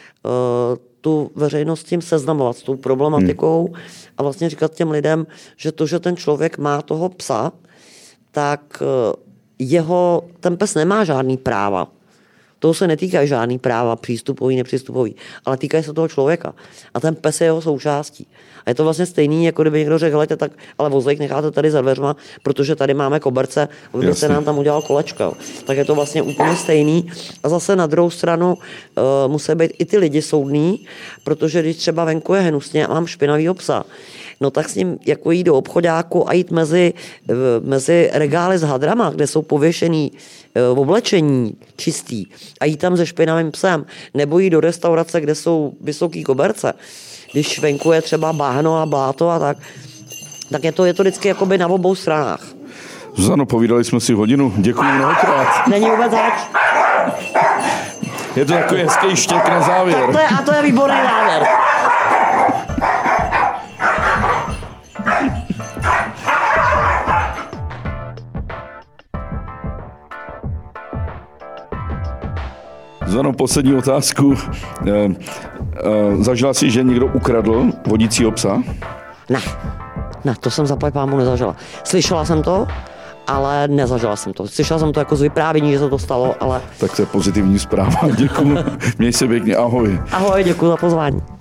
tu veřejnost tím seznamovat s tou problematikou hmm. a vlastně říkat těm lidem, že to, že ten člověk má toho psa, tak uh, jeho, ten pes nemá žádný práva. Toho se netýkají žádný práva, přístupový, nepřístupový, ale týkají se toho člověka. A ten pes je jeho součástí. A je to vlastně stejný, jako kdyby někdo řekl, tak, ale vozejk necháte tady za dveřma, protože tady máme koberce, aby byste nám tam udělal kolečko. Tak je to vlastně úplně stejný. A zase na druhou stranu uh, musí být i ty lidi soudní, protože když třeba venku je hnusně a mám špinavýho psa, no tak s ním jako jít do obchodáku a jít mezi, mezi regály s hadrama, kde jsou pověšený v oblečení čistý a jít tam se špinavým psem, nebo jít do restaurace, kde jsou vysoký koberce, když venku je třeba bahno a bláto a tak, tak je to, je to vždycky jakoby na obou stranách. Zuzano, povídali jsme si hodinu. Děkuji mnohokrát. Není vůbec zač. Je to takový hezký štěk na závěr. Tak to je, a to je výborný závěr. Zuzano, poslední otázku. E, e, zažila jsi, že někdo ukradl vodícího psa? Ne, ne, to jsem zaplať pámu nezažila. Slyšela jsem to, ale nezažila jsem to. Slyšela jsem to jako z vyprávění, že se to stalo, ale... Tak to je pozitivní zpráva. Děkuji. Měj se pěkně. Ahoj. Ahoj, děkuji za pozvání.